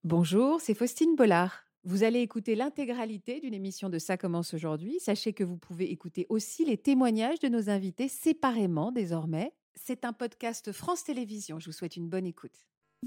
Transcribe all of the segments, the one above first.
Bonjour, c'est Faustine Bollard. Vous allez écouter l'intégralité d'une émission de Ça commence aujourd'hui. Sachez que vous pouvez écouter aussi les témoignages de nos invités séparément désormais. C'est un podcast France Télévisions. Je vous souhaite une bonne écoute.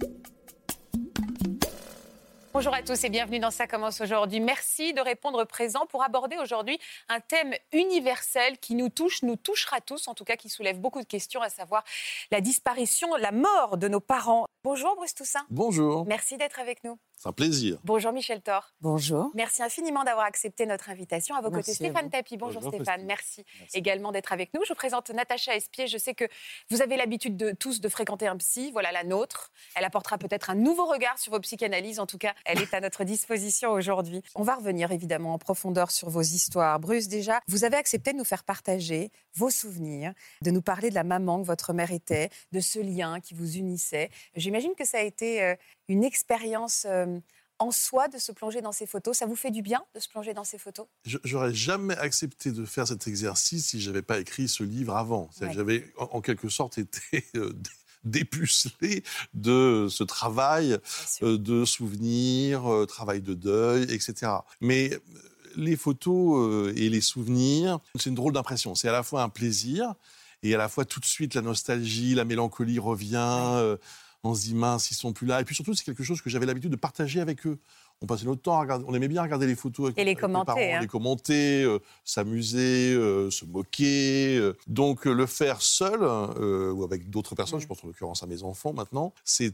Bonjour à tous et bienvenue dans Ça commence aujourd'hui. Merci de répondre présent pour aborder aujourd'hui un thème universel qui nous touche, nous touchera tous, en tout cas qui soulève beaucoup de questions, à savoir la disparition, la mort de nos parents. Bonjour Bruce Toussaint. Bonjour. Merci d'être avec nous. C'est un plaisir. Bonjour Michel Thor. Bonjour. Merci infiniment d'avoir accepté notre invitation. À vos côtés, Stéphane Tapi. Bonjour Stéphane, merci également d'être avec nous. Je vous présente Natacha Espier. Je sais que vous avez l'habitude tous de fréquenter un psy, voilà la nôtre. Elle apportera peut-être un nouveau regard sur vos psychanalyses. En tout cas, elle est à notre disposition aujourd'hui. On va revenir évidemment en profondeur sur vos histoires. Bruce, déjà, vous avez accepté de nous faire partager vos souvenirs, de nous parler de la maman que votre mère était, de ce lien qui vous unissait. J'imagine que ça a été une expérience en soi de se plonger dans ces photos. Ça vous fait du bien de se plonger dans ces photos ? J'aurais jamais accepté de faire cet exercice si je n'avais pas écrit ce livre avant. Ouais. J'avais en quelque sorte été dépucelé de ce travail de souvenirs, travail de deuil, etc. Mais les photos et les souvenirs, c'est une drôle d'impression. C'est à la fois un plaisir et à la fois tout de suite la nostalgie, la mélancolie revient. On se dit mince, ils sont plus là. Et puis surtout, c'est quelque chose que j'avais l'habitude de partager avec eux. On passait notre temps à regarder, on aimait bien regarder les photos avec les mes parents, les commenter, s'amuser, se moquer. Donc le faire seul ou avec d'autres personnes, je pense en l'occurrence à mes enfants maintenant, c'est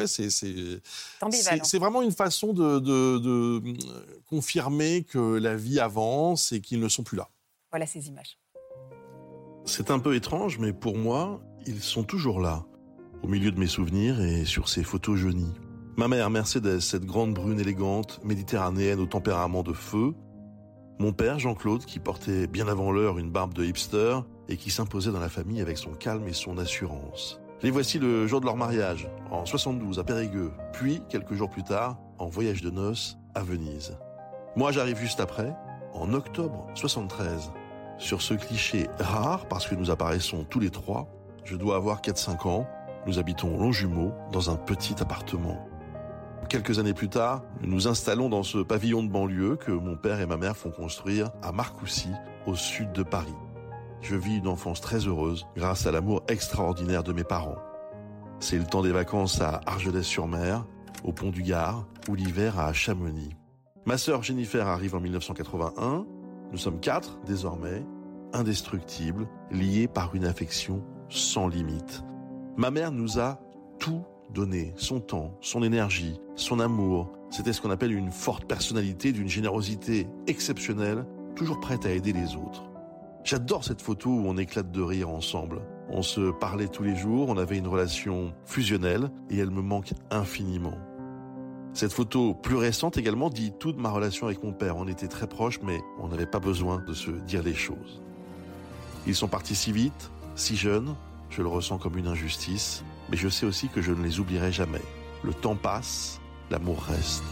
vraiment une façon de confirmer que la vie avance et qu'ils ne sont plus là. Voilà ces images. C'est un peu étrange, mais pour moi, ils sont toujours là. Au milieu de mes souvenirs et sur ces photos jaunies. Ma mère, Mercedes, cette grande brune élégante, méditerranéenne au tempérament de feu. Mon père, Jean-Claude, qui portait bien avant l'heure une barbe de hipster et qui s'imposait dans la famille avec son calme et son assurance. Les voici le jour de leur mariage, en 72 à Périgueux, puis, quelques jours plus tard, en voyage de noces à Venise. Moi, j'arrive juste après, en octobre 73. Sur ce cliché rare, parce que nous apparaissons tous les trois, je dois avoir 4-5 ans, nous habitons Longjumeau, dans un petit appartement. Quelques années plus tard, nous nous installons dans ce pavillon de banlieue que mon père et ma mère font construire à Marcoussis, au sud de Paris. Je vis une enfance très heureuse grâce à l'amour extraordinaire de mes parents. C'est le temps des vacances à Argelès-sur-Mer, au Pont du Gard, ou l'hiver à Chamonix. Ma sœur Jennifer arrive en 1981. Nous sommes 4 désormais, indestructibles, liés par une affection sans limite. Ma mère nous a tout donné, son temps, son énergie, son amour. C'était ce qu'on appelle une forte personnalité, d'une générosité exceptionnelle, toujours prête à aider les autres. J'adore cette photo où on éclate de rire ensemble. On se parlait tous les jours, on avait une relation fusionnelle et elle me manque infiniment. Cette photo plus récente également dit tout de ma relation avec mon père. On était très proches, mais on n'avait pas besoin de se dire les choses. Ils sont partis si vite, si jeunes. Je le ressens comme une injustice, mais je sais aussi que je ne les oublierai jamais. Le temps passe, l'amour reste.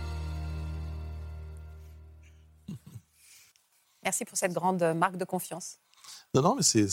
Merci pour cette grande marque de confiance. Non, mais c'est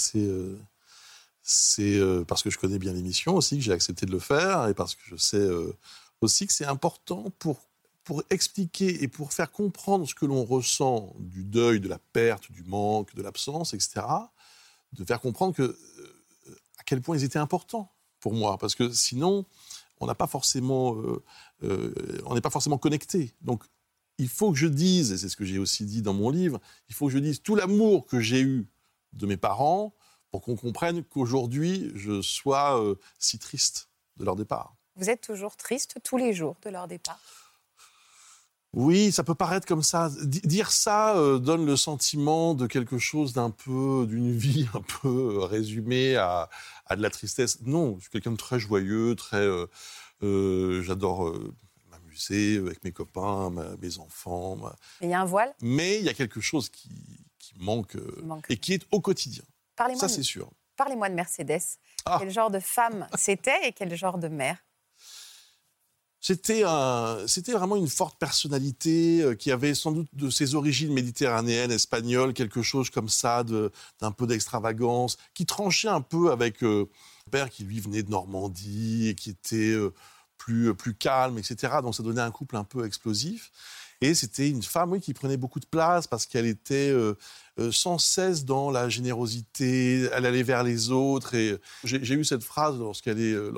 parce que je connais bien l'émission aussi que j'ai accepté de le faire et parce que je sais aussi que c'est important pour expliquer et pour faire comprendre ce que l'on ressent du deuil, de la perte, du manque, de l'absence, etc., de faire comprendre à quel point ils étaient importants pour moi, parce que sinon, on n'est pas forcément connecté. Donc, il faut que je dise, et c'est ce que j'ai aussi dit dans mon livre, il faut que je dise tout l'amour que j'ai eu de mes parents pour qu'on comprenne qu'aujourd'hui, je sois si triste de leur départ. Vous êtes toujours triste tous les jours de leur départ ? Oui, ça peut paraître comme ça. Dire ça donne le sentiment de quelque chose d'une vie un peu résumée à de la tristesse. Non, je suis quelqu'un de très joyeux, j'adore m'amuser avec mes copains, mes enfants. Il y a un voile ? Mais il y a quelque chose qui manque et qui est au quotidien. Ça, c'est sûr. Parlez-moi de Mercedes. Quel genre de femme c'était et quel genre de mère ? C'était vraiment une forte personnalité qui avait sans doute de ses origines méditerranéennes, espagnoles, quelque chose comme ça, d'un peu d'extravagance, qui tranchait un peu avec mon père qui lui venait de Normandie et qui était plus calme, etc. Donc ça donnait un couple un peu explosif. Et c'était une femme, qui prenait beaucoup de place parce qu'elle était sans cesse dans la générosité, elle allait vers les autres. Et j'ai eu cette phrase lorsque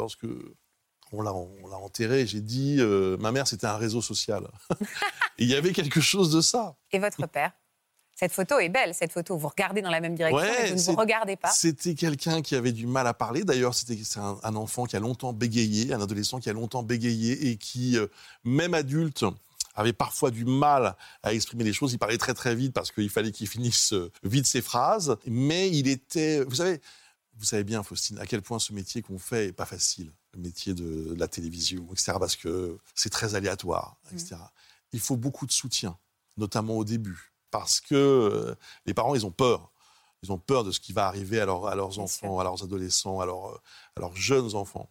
on l'a enterrée, j'ai dit ma mère, c'était un réseau social. Il y avait quelque chose de ça. Et votre père ? Cette photo est belle, cette photo. Vous regardez dans la même direction, mais vous ne vous regardez pas. C'était quelqu'un qui avait du mal à parler. D'ailleurs, c'est un enfant qui a longtemps bégayé, un adolescent qui a longtemps bégayé et qui, même adulte, avait parfois du mal à exprimer les choses. Il parlait très très vite parce qu'il fallait qu'il finisse vite ses phrases. Mais il était... Vous savez bien, Faustine, à quel point ce métier qu'on fait n'est pas facile. Le métier de la télévision, etc. Parce que c'est très aléatoire, etc. Il faut beaucoup de soutien, notamment au début. Parce que les parents, ils ont peur. Ils ont peur de ce qui va arriver à leurs enfants, à leurs adolescents, à leurs jeunes enfants.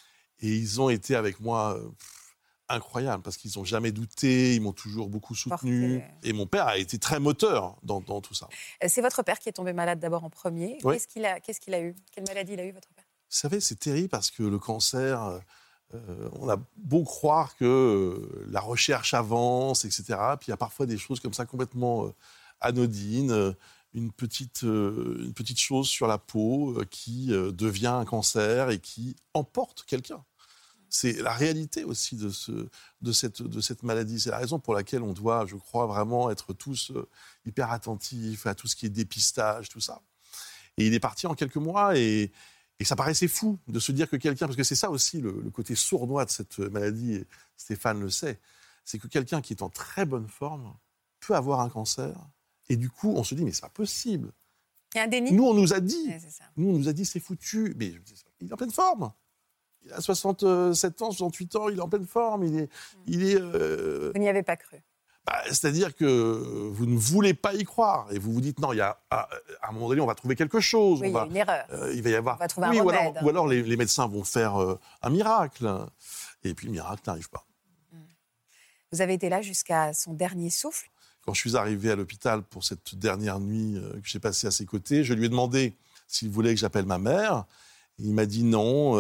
Et ils ont été avec moi... incroyable, parce qu'ils n'ont jamais douté, ils m'ont toujours beaucoup soutenu. Et mon père a été très moteur dans tout ça. C'est votre père qui est tombé malade d'abord en premier. Oui. Qu'est-ce qu'il a eu ? Quelle maladie il a eu, votre père ? Vous savez, c'est terrible parce que le cancer, on a beau croire que la recherche avance, etc. Puis il y a parfois des choses comme ça complètement anodines. Une petite chose sur la peau qui devient un cancer et qui emporte quelqu'un. C'est la réalité aussi de cette maladie. C'est la raison pour laquelle on doit, je crois, vraiment être tous hyper attentifs à tout ce qui est dépistage, tout ça. Et il est parti en quelques mois et ça paraissait fou de se dire que quelqu'un... Parce que c'est ça aussi le côté sournois de cette maladie, et Stéphane le sait, c'est que quelqu'un qui est en très bonne forme peut avoir un cancer. Et du coup, on se dit, mais c'est pas possible. Il y a un déni. Nous, on nous a dit, Ouais, c'est foutu. Mais il est en pleine forme. Il a 67 ans, 68 ans, il est en pleine forme, il est Vous n'y avez pas cru. C'est-à-dire que vous ne voulez pas y croire et vous vous dites non, à un moment donné, on va trouver quelque chose. Oui, il y a une erreur. Il va y avoir. On va trouver un remède. Ou alors les médecins vont faire un miracle. Et puis le miracle n'arrive pas. Vous avez été là jusqu'à son dernier souffle. Quand je suis arrivé à l'hôpital pour cette dernière nuit que j'ai passée à ses côtés, je lui ai demandé s'il voulait que j'appelle ma mère. Il m'a dit non.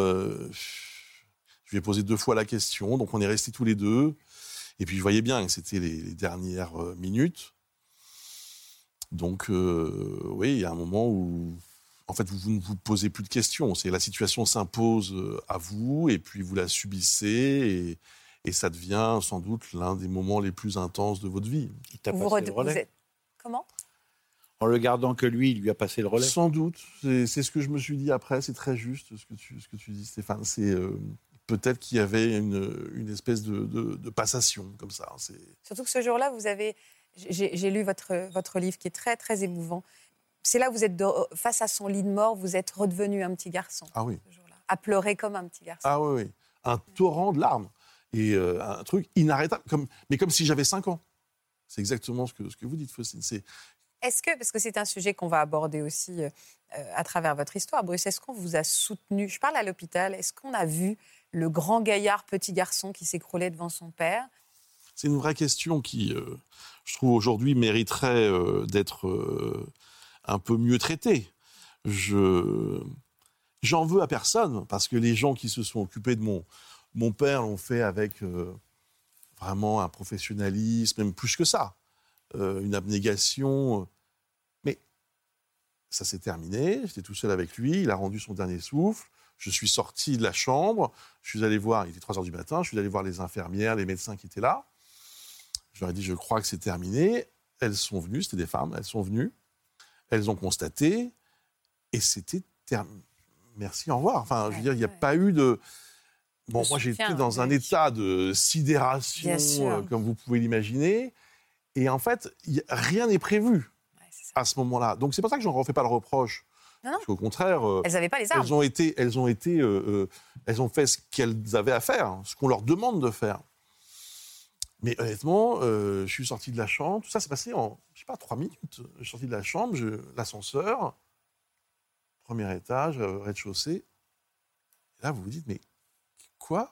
Je lui ai posé 2 fois la question, donc on est restés tous les deux. Et puis je voyais bien que c'était les dernières minutes. Donc oui, il y a un moment où, en fait, vous ne vous posez plus de questions. La situation s'impose à vous, et puis vous la subissez, et ça devient sans doute l'un des moments les plus intenses de votre vie. Il t'a passé le relais. Comment ? En le gardant que lui, il lui a passé le relais. Sans doute. C'est ce que je me suis dit après. C'est très juste ce que tu dis, Stéphane. C'est peut-être qu'il y avait une espèce de passation comme ça. Surtout que ce jour-là, j'ai lu votre livre qui est très, très émouvant. C'est là où vous êtes face à son lit de mort, vous êtes redevenu un petit garçon. Ah oui. Ce jour-là, à pleurer comme un petit garçon. Ah oui. Un torrent de larmes. Et un truc inarrêtable. Mais comme si j'avais 5 ans. C'est exactement ce que vous dites, Faustine. Est-ce que, parce que c'est un sujet qu'on va aborder aussi à travers votre histoire, Bruce, est-ce qu'on vous a soutenu ? Je parle à l'hôpital. Est-ce qu'on a vu le grand gaillard petit garçon qui s'écroulait devant son père ? C'est une vraie question qui, je trouve, aujourd'hui mériterait d'être un peu mieux traitée. J'en veux à personne, parce que les gens qui se sont occupés de mon père l'ont fait avec vraiment un professionnalisme, même plus que ça, une abnégation. Mais ça s'est terminé, j'étais tout seul avec lui, il a rendu son dernier souffle. Je suis sorti de la chambre, je suis allé voir, il était 3h du matin, je suis allé voir les infirmières, les médecins qui étaient là. Je leur ai dit, je crois que c'est terminé. Elles sont venues, c'était des femmes, elles sont venues, elles ont constaté, et c'était terminé. Merci, au revoir. Enfin, je veux dire, il n'y a pas eu de... Bon, moi, j'étais dans un état de sidération, comme vous pouvez l'imaginer, et en fait, rien n'est prévu à ce moment-là. Donc, c'est pour ça que je n'en refais pas le reproche. Non. Parce qu'au contraire, elles n'avaient pas les armes. Elles ont fait ce qu'elles avaient à faire, ce qu'on leur demande de faire. Mais honnêtement, je suis sorti de la chambre. Tout ça s'est passé en, 3 minutes. Je suis sorti de la chambre, l'ascenseur, premier étage, rez-de-chaussée. Et là, vous vous dites, mais quoi ?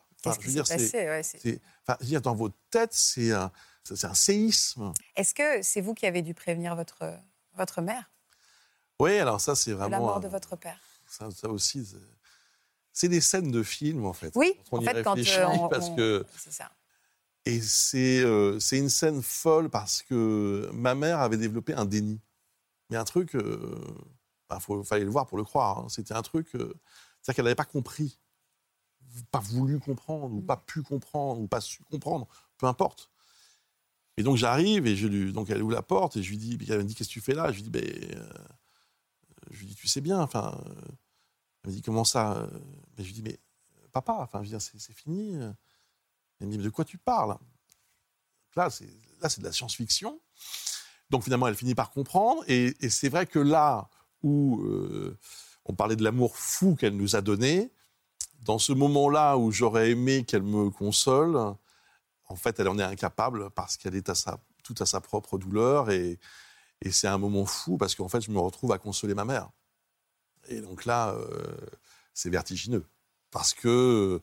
Qu'est-ce qui s'est passé ? Je veux dire, dans votre tête, c'est un séisme. Est-ce que c'est vous qui avez dû prévenir votre mère ? Oui, alors ça, c'est vraiment... De la mort de votre père. Ça aussi, C'est des scènes de film, en fait. Oui, quand on y réfléchit, parce que... C'est ça. Et c'est une scène folle parce que ma mère avait développé un déni. Mais un truc... fallait le voir pour le croire. Hein. C'était un truc... c'est-à-dire qu'elle n'avait pas compris. Pas voulu comprendre, ou pas pu comprendre, ou pas su comprendre. Peu importe. Et donc, j'arrive, et donc elle ouvre la porte, et je lui dis... Elle me dit, qu'est-ce que tu fais là ? Je lui dis, je lui dis, tu sais bien, elle me dit, comment ça ? Je lui dis, mais papa, je veux dire, c'est fini. Elle me dit, mais de quoi tu parles ? Là, c'est de la science-fiction. Donc finalement, elle finit par comprendre. Et c'est vrai que là où on parlait de l'amour fou qu'elle nous a donné, dans ce moment-là où j'aurais aimé qu'elle me console, en fait, elle en est incapable parce qu'elle est tout à sa propre douleur. Et c'est un moment fou parce qu'en fait, je me retrouve à consoler ma mère. Et donc là, c'est vertigineux. Parce que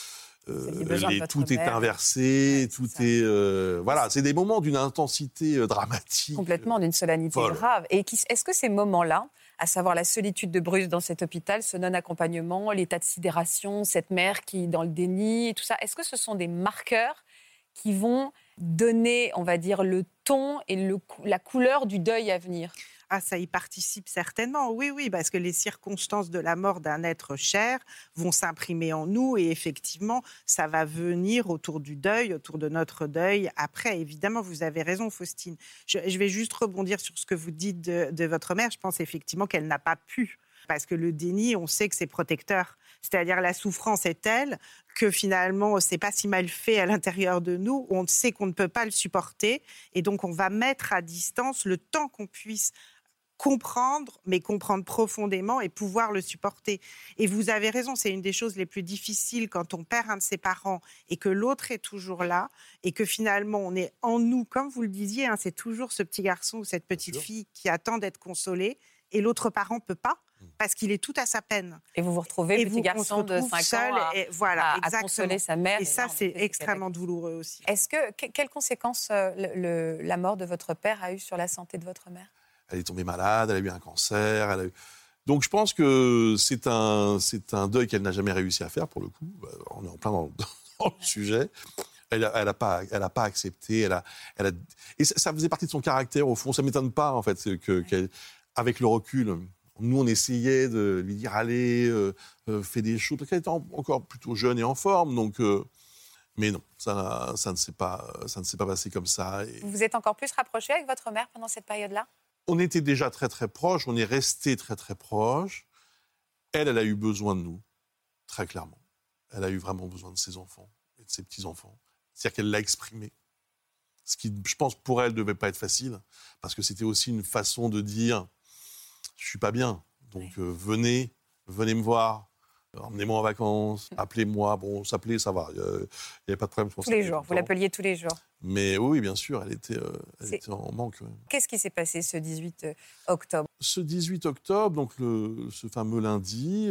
tout est inversé, tout est... voilà, c'est des moments d'une intensité dramatique. Complètement, d'une solennité folle. Grave. Et est-ce que ces moments-là, à savoir la solitude de Bruce dans cet hôpital, ce non-accompagnement, l'état de sidération, cette mère qui est dans le déni, et tout ça, est-ce que ce sont des marqueurs qui vont donner, on va dire, le ton et la couleur du deuil à venir ? Ah, ça y participe certainement, oui, parce que les circonstances de la mort d'un être cher vont s'imprimer en nous et effectivement, ça va venir autour du deuil, autour de notre deuil. Après, évidemment, vous avez raison, Faustine. Je vais juste rebondir sur ce que vous dites de votre mère. Je pense effectivement qu'elle n'a pas pu. Parce que le déni, on sait que c'est protecteur. C'est-à-dire la souffrance est telle que finalement, c'est pas si mal fait à l'intérieur de nous. On sait qu'on ne peut pas le supporter. Et donc, on va mettre à distance le temps qu'on puisse comprendre, mais comprendre profondément et pouvoir le supporter. Et vous avez raison, c'est une des choses les plus difficiles quand on perd un de ses parents et que l'autre est toujours là et que finalement on est en nous, comme vous le disiez, c'est toujours ce petit garçon ou cette petite fille qui attend d'être consolé et l'autre parent ne peut pas parce qu'il est tout à sa peine. Et vous vous retrouvez, petit garçon de 5 ans, à consoler sa mère. Et ça, c'est extrêmement douloureux aussi. Quelles conséquences la mort de votre père a eu sur la santé de votre mère ? Elle est tombée malade, elle a eu un cancer. Donc je pense que c'est un deuil qu'elle n'a jamais réussi à faire, pour le coup. On est en plein dans le sujet. Elle n'a pas accepté. Et ça faisait partie de son caractère, au fond. Ça ne m'étonne pas, en fait, qu'avec le recul, nous, on essayait de lui dire, allez, fais des choses, parce qu'elle était encore plutôt jeune et en forme. Donc, mais non, ça ne s'est pas passé comme ça. Et... Vous vous êtes encore plus rapproché avec votre mère pendant cette période-là ? On était déjà très, très proches. On est restés très, très proches. Elle a eu besoin de nous, très clairement. Elle a eu vraiment besoin de ses enfants et de ses petits-enfants. C'est-à-dire qu'elle l'a exprimé. Ce qui, je pense, pour elle, ne devait pas être facile, parce que c'était aussi une façon de dire « je ne suis pas bien, donc venez me voir, emmenez-moi en vacances, appelez-moi ». Bon, s'appeler, ça va, il n'y avait pas de problème. Tous les jours, vous l'appeliez tous les jours. Mais oui, bien sûr, elle était en manque. Qu'est-ce qui s'est passé ce 18 octobre ? Ce 18 octobre, donc ce fameux lundi,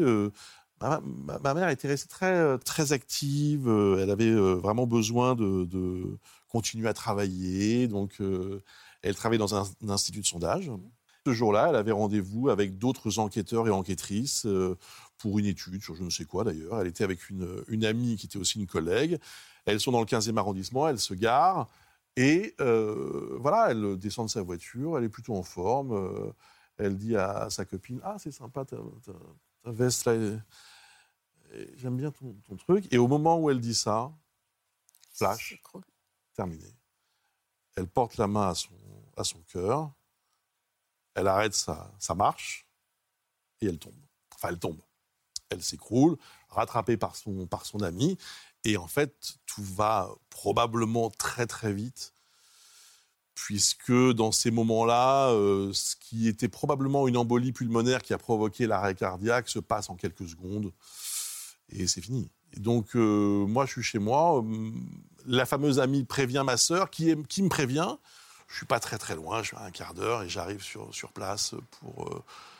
ma mère était restée très, très active. Elle avait vraiment besoin de continuer à travailler. Donc, elle travaillait dans un institut de sondage. Ce jour-là, elle avait rendez-vous avec d'autres enquêteurs et enquêtrices pour une étude sur je ne sais quoi d'ailleurs. Elle était avec une amie qui était aussi une collègue. Elles sont dans le 15e arrondissement, elles se garent et elle descend de sa voiture, elle est plutôt en forme. Elle dit à sa copine « Ah, c'est sympa ta veste là, j'aime bien ton truc ». Et au moment où elle dit ça, flash, terminé. Elle porte la main à son cœur, elle arrête sa marche et elle tombe. Enfin, elle tombe. Elle s'écroule, rattrapée par son amie. Et en fait, tout va probablement très, très vite, puisque dans ces moments-là, ce qui était probablement une embolie pulmonaire qui a provoqué l'arrêt cardiaque se passe en quelques secondes, et c'est fini. Et donc, moi, je suis chez moi. La fameuse amie prévient ma sœur, qui me prévient. Je ne suis pas très, très loin, je suis à un quart d'heure, et j'arrive sur place pour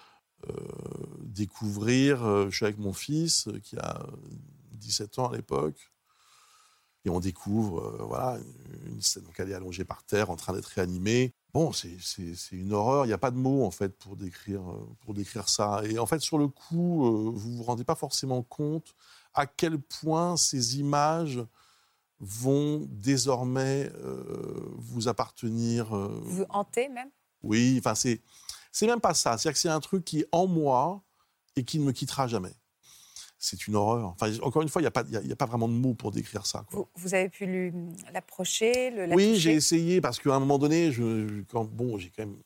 découvrir. Je suis avec mon fils, qui a 17 ans à l'époque. Et on découvre, une scène. Donc elle est allongée par terre, en train d'être réanimée. Bon, c'est une horreur. Il n'y a pas de mots, en fait, pour décrire ça. Et en fait, sur le coup, vous ne vous rendez pas forcément compte à quel point ces images vont désormais vous appartenir. Vous hanter, même ? Oui, enfin, c'est même pas ça. C'est-à-dire que c'est un truc qui est en moi et qui ne me quittera jamais. C'est une horreur. Enfin, encore une fois, il n'y a pas vraiment de mots pour décrire ça, quoi. Vous avez pu l'approcher, la Oui, toucher ? j'ai essayé, parce qu'à un moment donné, j'ai quand même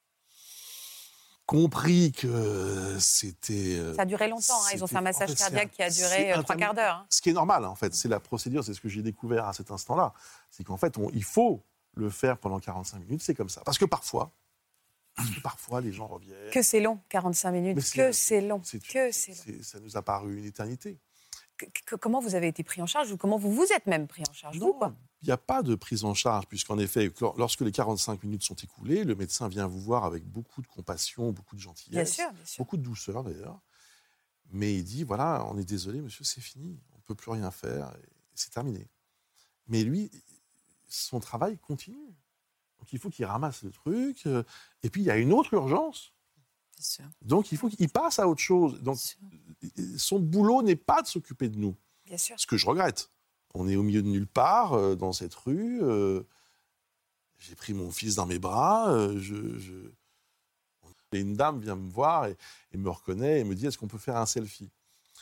compris que c'était... Ça a duré longtemps, ils ont fait un massage cardiaque qui a duré 3 quarts d'heure. Hein. Ce qui est normal, en fait, c'est la procédure, c'est ce que j'ai découvert à cet instant-là. C'est qu'en fait, il faut le faire pendant 45 minutes, c'est comme ça. Parce que parfois, les gens reviennent... Que c'est long, 45 minutes, c'est long. Ça nous a paru une éternité. Comment vous avez été pris en charge ou comment vous vous êtes même pris en charge? Non, il n'y a pas de prise en charge, puisqu'en effet, lorsque les 45 minutes sont écoulées, le médecin vient vous voir avec beaucoup de compassion, beaucoup de gentillesse, bien sûr. beaucoup de douceur d'ailleurs. Mais il dit, voilà, on est désolé, monsieur, c'est fini, on ne peut plus rien faire, c'est terminé. Mais lui, son travail continue. Donc il faut qu'il ramasse le truc, et puis il y a une autre urgence. Donc il faut qu'il passe à autre chose. Donc son boulot n'est pas de s'occuper de nous. Bien sûr. Ce que je regrette. On est au milieu de nulle part, dans cette rue. J'ai pris mon fils dans mes bras. Et une dame vient me voir et me reconnaît et me dit, est-ce qu'on peut faire un selfie ?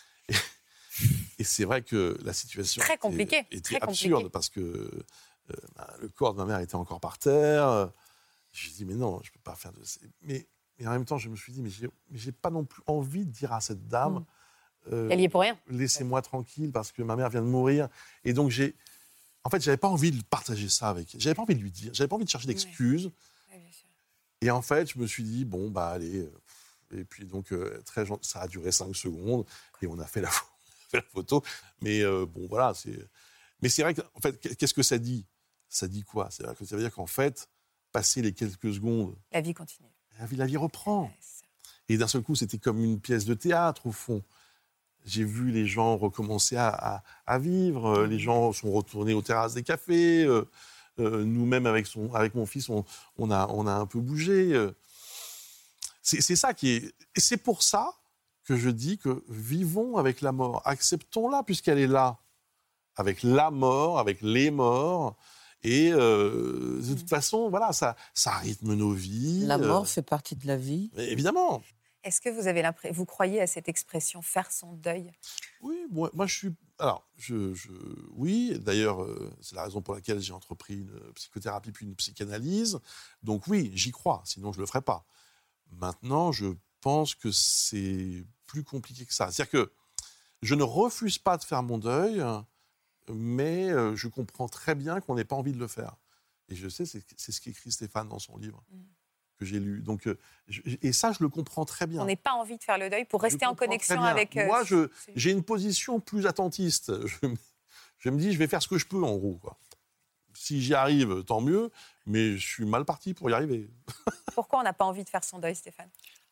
Et c'est vrai que la situation très compliquée, était absurde parce que le corps de ma mère était encore par terre. J'ai dit, mais non, je ne peux pas faire de... Mais en même temps, je me suis dit, mais j'ai pas non plus envie de dire à cette dame... elle y est pour rien. Laissez-moi tranquille parce que ma mère vient de mourir. Et donc, en fait, j'avais pas envie de partager ça avec elle. J'avais pas envie de lui dire. J'avais pas envie de chercher d'excuses. Oui, bien sûr. Et en fait, je me suis dit, bon, bah, allez. Et puis, donc, ça a duré 5 secondes. Et on a fait la photo. Mais bon, voilà. Mais c'est vrai qu'en fait, qu'est-ce que ça dit ? Ça dit quoi ? Ça veut dire qu'en fait, passer les quelques secondes... La vie continue. La vie reprend. Ouais, et d'un seul coup, c'était comme une pièce de théâtre, au fond. J'ai vu les gens recommencer à vivre. Les gens sont retournés aux terrasses des cafés. Nous-mêmes, avec mon fils, on a un peu bougé. C'est ça qui est... Et c'est pour ça que je dis que vivons avec la mort. Acceptons-la, puisqu'elle est là. Avec la mort, avec les morts. Et de toute façon, voilà, ça rythme nos vies. La mort fait partie de la vie. Évidemment. Est-ce que vous croyez à cette expression, faire son deuil ? Oui, moi je suis... Alors, oui, d'ailleurs, c'est la raison pour laquelle j'ai entrepris une psychothérapie puis une psychanalyse. Donc oui, j'y crois, sinon je ne le ferais pas. Maintenant, je pense que c'est plus compliqué que ça. C'est-à-dire que je ne refuse pas de faire mon deuil, mais je comprends très bien qu'on n'ait pas envie de le faire. Et je sais, c'est ce qu'écrit Stéphane dans son livre. Que j'ai lu. Donc, et ça, je le comprends très bien. On n'a pas envie de faire le deuil pour rester en connexion avec... Moi, j'ai une position plus attentiste. Je me dis, je vais faire ce que je peux, en gros, quoi. Si j'y arrive, tant mieux, mais je suis mal parti pour y arriver. Pourquoi on n'a pas envie de faire son deuil, Stéphane ?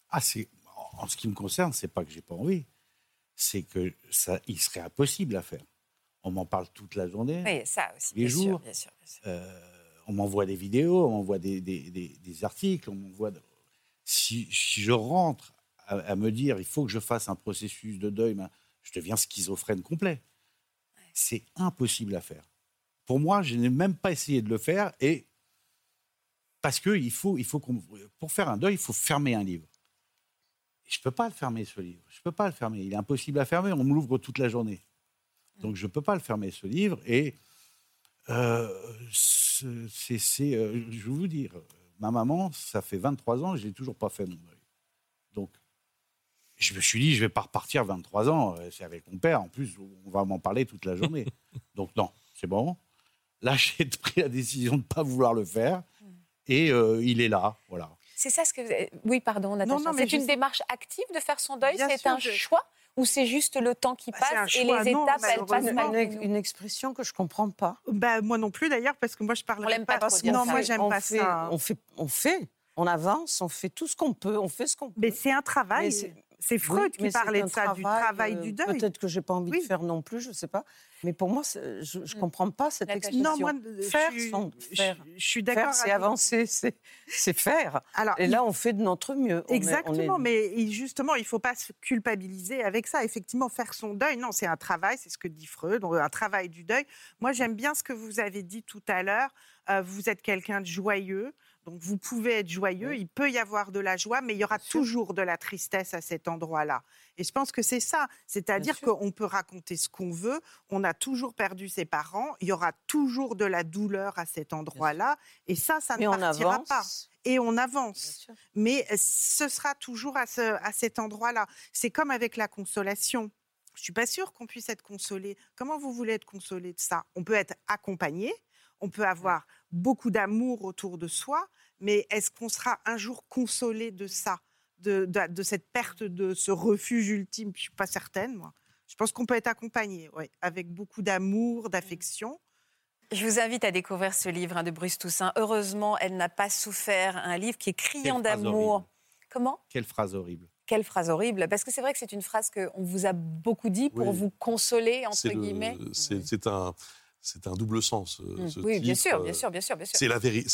En ce qui me concerne, c'est pas que j'ai pas envie, c'est que il serait impossible à faire. On m'en parle toute la journée, oui, ça aussi, les jours. Bien sûr. On m'envoie des vidéos, on m'envoie des articles, on m'envoie... Si je rentre à me dire il faut que je fasse un processus de deuil, je deviens schizophrène complet. Ouais. C'est impossible à faire. Pour moi, je n'ai même pas essayé de le faire, et parce que pour faire un deuil, il faut fermer un livre. Et je ne peux pas le fermer, ce livre. Je ne peux pas le fermer. Il est impossible à fermer. On me l'ouvre toute la journée. Donc, je ne peux pas le fermer, ce livre. Et... je vais vous dire, ma maman, ça fait 23 ans, je n'ai toujours pas fait mon deuil. Donc, je me suis dit, je ne vais pas repartir 23 ans, c'est avec mon père, en plus, on va m'en parler toute la journée. Donc, non, c'est bon. Là, j'ai pris la décision de ne pas vouloir le faire, et il est là, voilà. C'est ça ce que vous avez... Oui, pardon, Natacha. Non, c'est une démarche active de faire son deuil, c'est un choix ? Ou c'est juste le temps qui passe et les étapes, elles passent une expression que je ne comprends pas. Moi non plus, d'ailleurs, parce que moi, je parle pas trop dire ça. Non, moi, j'aime pas ça. On avance, on fait tout ce qu'on peut, on fait ce qu'on peut. Mais c'est un travail. C'est Freud qui parlait de ça, du travail du deuil. Peut-être que je n'ai pas envie de faire non plus, je ne sais pas. Mais pour moi, je ne comprends pas cette expression. Non, moi, je suis d'accord. Faire, c'est avancer, c'est faire. Alors, et là, on fait de notre mieux. Exactement, mais justement, il ne faut pas se culpabiliser avec ça. Effectivement, faire son deuil, non, c'est un travail, c'est ce que dit Freud, un travail du deuil. Moi, j'aime bien ce que vous avez dit tout à l'heure. Vous êtes quelqu'un de joyeux. Donc, vous pouvez être joyeux, il peut y avoir de la joie, mais il y aura toujours de la tristesse à cet endroit-là. Et je pense que c'est ça. C'est-à-dire qu'on peut raconter ce qu'on veut, on a toujours perdu ses parents, il y aura toujours de la douleur à cet endroit-là, et ça ne partira pas. Et on avance. Mais ce sera toujours à cet endroit-là. C'est comme avec la consolation. Je ne suis pas sûre qu'on puisse être consolé. Comment vous voulez être consolé de ça ? On peut être accompagné, on peut avoir beaucoup d'amour autour de soi, mais est-ce qu'on sera un jour consolé de ça, de cette perte, de ce refuge ultime ? Je ne suis pas certaine, moi. Je pense qu'on peut être accompagné, avec beaucoup d'amour, d'affection. Je vous invite à découvrir ce livre de Bruce Toussaint. Heureusement, elle n'a pas souffert. Un livre qui est criant d'amour. Comment ? Quelle phrase horrible. Quelle phrase horrible. Parce que c'est vrai que c'est une phrase qu'on vous a beaucoup dit pour vous consoler, entre guillemets. C'est un double sens, ce oui, titre. bien sûr. C'est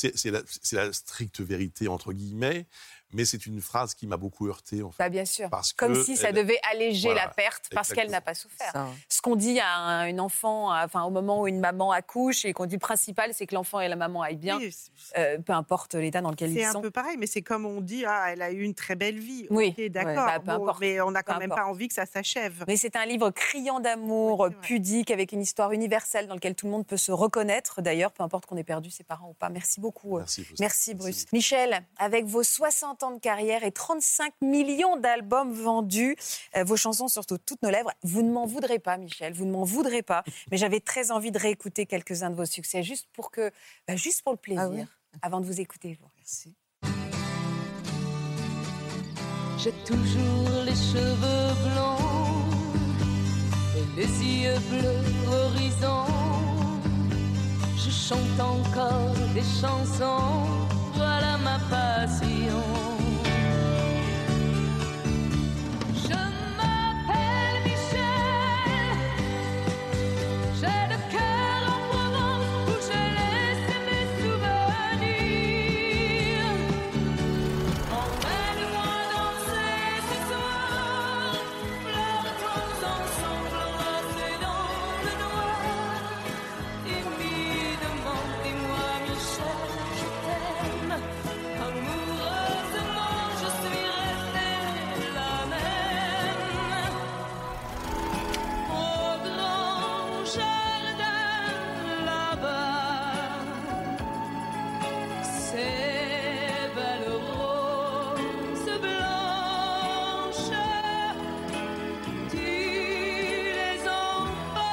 la stricte vérité, entre guillemets, mais c'est une phrase qui m'a beaucoup heurté. En fait, bien sûr, comme si ça devait alléger la perte parce qu'elle n'a pas souffert. Ça. Ce qu'on dit à une enfant, au moment où une maman accouche, et qu'on dit le principal, c'est que l'enfant et la maman aillent bien, peu importe l'état dans lequel ils sont. C'est un peu pareil, mais c'est comme on dit, elle a eu une très belle vie. Oui, okay, d'accord, mais on n'a quand même pas envie que ça s'achève. Mais c'est un livre criant d'amour, pudique, avec une histoire universelle dans laquelle tout le monde peut se reconnaître, d'ailleurs, peu importe qu'on ait perdu ses parents ou pas. Merci beaucoup. Merci Bruce. Merci. Michel, avec vos 60 ans de carrière et 35 millions d'albums vendus, vos chansons sur toutes nos lèvres, vous ne m'en voudrez pas, Michel, vous ne m'en voudrez pas, mais j'avais très envie de réécouter quelques-uns de vos succès, juste pour le plaisir, avant de vous écouter. Merci. J'ai toujours les cheveux blancs et les yeux bleus horizon. Je chante encore des chansons, voilà ma passion. Je m'appelle Michel, j'ai le cœur en Provence où j'ai laissé mes souvenirs. Emmène-moi danser ce soir, pleure-toi ensemble enlacés dans le noir. Timidement, dis-moi Michel, je t'aime. Amoureusement, je suis restée la même. Au grand jardin là-bas, ces belles roses blanches, tu les emporteras.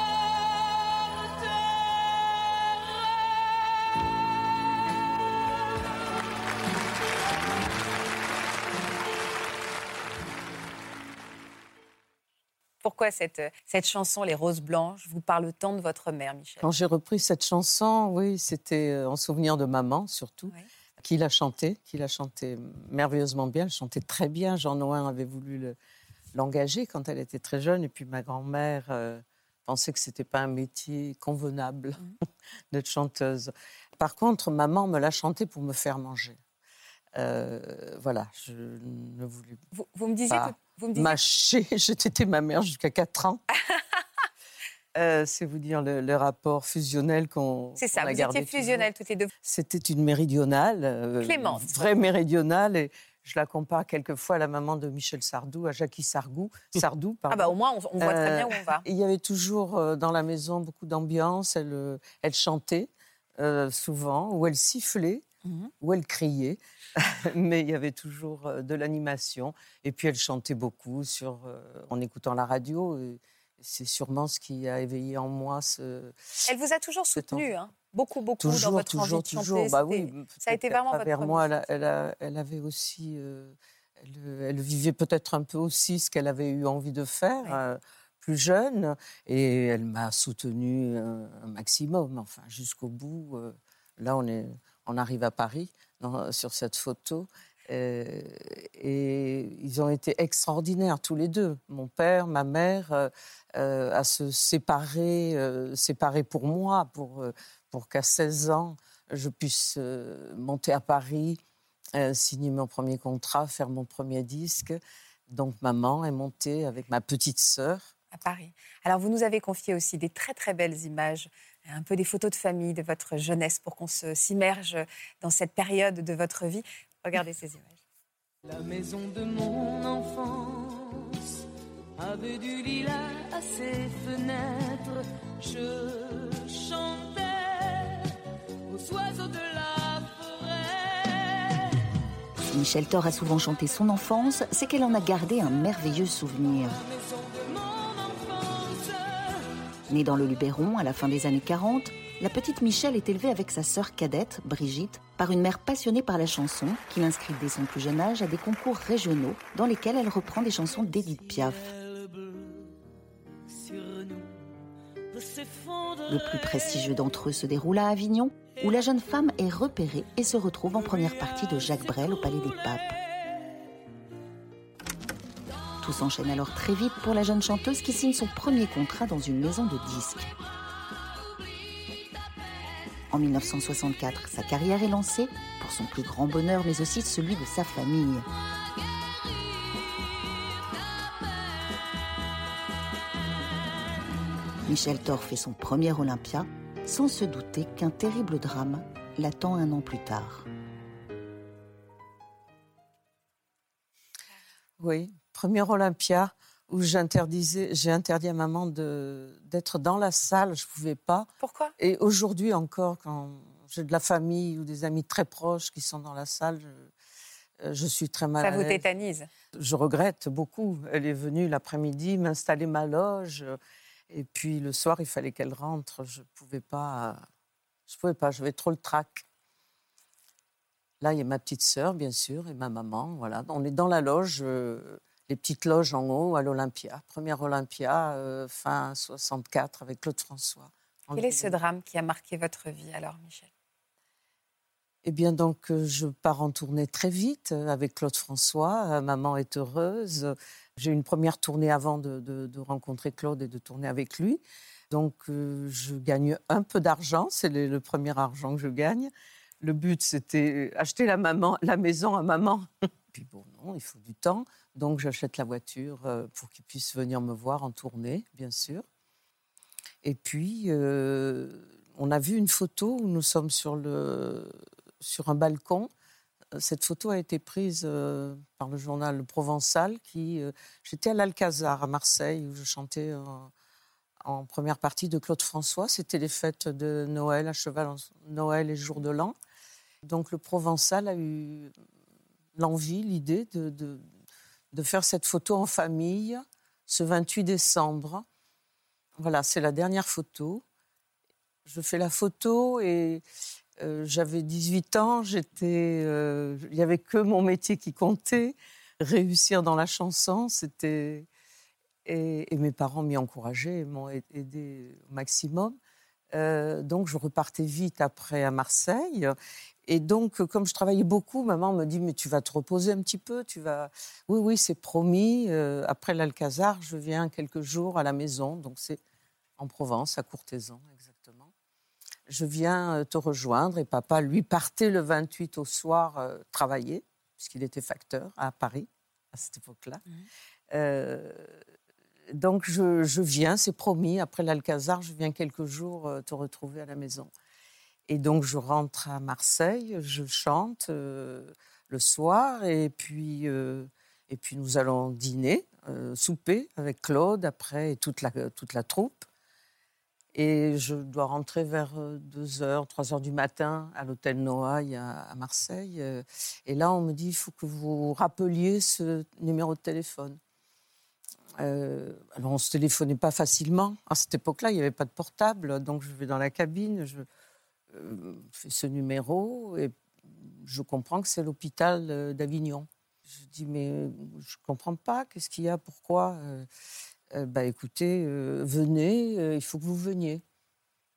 Pourquoi cette chanson, Les Roses Blanches, vous parle tant de votre mère, Michel ? Quand j'ai repris cette chanson, oui, c'était en souvenir de maman, surtout, qui l'a chantée merveilleusement bien. Elle chantait très bien. Jean Nouin avait voulu l'engager quand elle était très jeune. Et puis ma grand-mère pensait que ce n'était pas un métier convenable d'être chanteuse. Par contre, maman me l'a chantée pour me faire manger. Voilà, je ne voulais vous me disiez pas mâcher. J'ai tété ma mère jusqu'à 4 ans. C'est vous dire le rapport fusionnel qu'on C'est ça, a vous gardé étiez fusionnelles toutes les deux. C'était une méridionale, Clémence. Vraie méridionale. Et je la compare quelquefois à la maman de Michel Sardou, à Jackie Sardou. Pardon. Au moins, on voit très bien où on va. Il y avait toujours dans la maison beaucoup d'ambiance. Elle chantait souvent, ou elle sifflait, ou elle criait. Mais il y avait toujours de l'animation. Et puis elle chantait beaucoup en écoutant la radio. Et c'est sûrement ce qui a éveillé en moi Elle vous a toujours soutenu, beaucoup toujours, dans votre envie de chanter. Bah oui, ça a été vraiment votre premier moi, elle avait aussi... elle vivait peut-être un peu aussi ce qu'elle avait eu envie de faire, plus jeune. Et elle m'a soutenue un maximum, jusqu'au bout. Là, on arrive à Paris, sur cette photo. Et ils ont été extraordinaires, tous les deux. Mon père, ma mère, à se séparer pour moi, pour qu'à 16 ans, je puisse monter à Paris, signer mon premier contrat, faire mon premier disque. Donc, maman est montée avec ma petite sœur. À Paris. Alors, vous nous avez confié aussi des très, très belles images, un peu des photos de famille, de votre jeunesse, pour qu'on s'immerge dans cette période de votre vie. Regardez ces images. La maison de mon enfance avait du lilas à ses fenêtres. Je chantais aux oiseaux de la forêt. Si Michel Thor a souvent chanté son enfance, c'est qu'elle en a gardé un merveilleux souvenir. Née dans le Luberon à la fin des années 40, la petite Michel est élevée avec sa sœur cadette, Brigitte, par une mère passionnée par la chanson qui l'inscrit dès son plus jeune âge à des concours régionaux dans lesquels elle reprend des chansons d'Édith Piaf. Le plus prestigieux d'entre eux se déroule à Avignon, où la jeune femme est repérée et se retrouve en première partie de Jacques Brel au Palais des Papes. Tout s'enchaîne alors très vite pour la jeune chanteuse qui signe son premier contrat dans une maison de disques. En 1964, sa carrière est lancée, pour son plus grand bonheur, mais aussi celui de sa famille. Michel Thor fait son premier Olympia, sans se douter qu'un terrible drame l'attend un an plus tard. Oui, premier Olympia où j'ai interdit à maman d'être dans la salle, je ne pouvais pas. Pourquoi ? Et aujourd'hui encore, quand j'ai de la famille ou des amis très proches qui sont dans la salle, je suis très mal à l'aise. Ça vous tétanise ? Je regrette beaucoup. Elle est venue l'après-midi m'installer ma loge. Et puis le soir, il fallait qu'elle rentre. Je ne pouvais pas. J'avais trop le trac. Là, il y a ma petite sœur, bien sûr, et ma maman. Voilà. On est dans la loge, les petites loges en haut à l'Olympia. Première Olympia, fin 64, avec Claude François. Quel est ce drame qui a marqué votre vie alors, Michel ? Eh bien, donc, je pars en tournée très vite avec Claude François. Maman est heureuse. J'ai eu une première tournée avant de rencontrer Claude et de tourner avec lui. Donc, je gagne un peu d'argent. C'est le premier argent que je gagne. Le but, c'était acheter la maison à maman. Puis bon, non, il faut du temps. Donc, j'achète la voiture pour qu'il puisse venir me voir en tournée, bien sûr. Et puis, on a vu une photo où nous sommes sur un balcon. Cette photo a été prise par le journal Le Provençal. J'étais à l'Alcazar, à Marseille, où je chantais en première partie de Claude François. C'était les fêtes de Noël, à cheval Noël et jour de l'an. Donc le Provençal a eu l'idée de faire cette photo en famille, ce 28 décembre. Voilà, c'est la dernière photo. Je fais la photo et j'avais 18 ans. Il n'y avait que mon métier qui comptait. Réussir dans la chanson, c'était... Et mes parents m'y encourageaient, m'ont aidé au maximum. Donc, je repartais vite après à Marseille. Et donc, comme je travaillais beaucoup, maman me dit « Mais tu vas te reposer un petit peu, tu vas... » Oui, c'est promis. Après l'Alcazar, je viens quelques jours à la maison. Donc, c'est en Provence, à Courthézon, exactement. Je viens te rejoindre. Et papa, lui, partait le 28 au soir travailler, puisqu'il était facteur à Paris, à cette époque-là. Donc, je viens, c'est promis. Après l'Alcazar, je viens quelques jours te retrouver à la maison. Et donc, je rentre à Marseille, je chante le soir, et puis nous allons dîner, souper avec Claude, après, et toute la troupe. Et je dois rentrer vers 2h, 3h du matin à l'hôtel Noailles à Marseille. Et là, on me dit, il faut que vous rappeliez ce numéro de téléphone. Alors, on ne se téléphonait pas facilement. À cette époque-là, il n'y avait pas de portable. Donc, je vais dans la cabine, je fais ce numéro et je comprends que c'est l'hôpital d'Avignon. Je dis, mais je ne comprends pas. Qu'est-ce qu'il y a ? Pourquoi ? Écoutez, venez, il faut que vous veniez.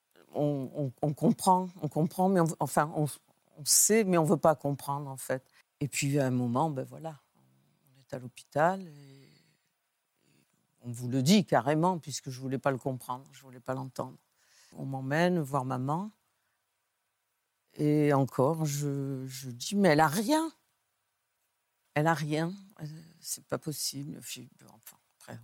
On comprend, mais on sait, mais on ne veut pas comprendre, en fait. Et puis, à un moment, voilà, on est à l'hôpital et on vous le dit carrément, puisque je ne voulais pas le comprendre, je ne voulais pas l'entendre. On m'emmène voir maman. Et encore, je dis, mais elle n'a rien. Elle n'a rien. C'est pas possible. Enfin, après,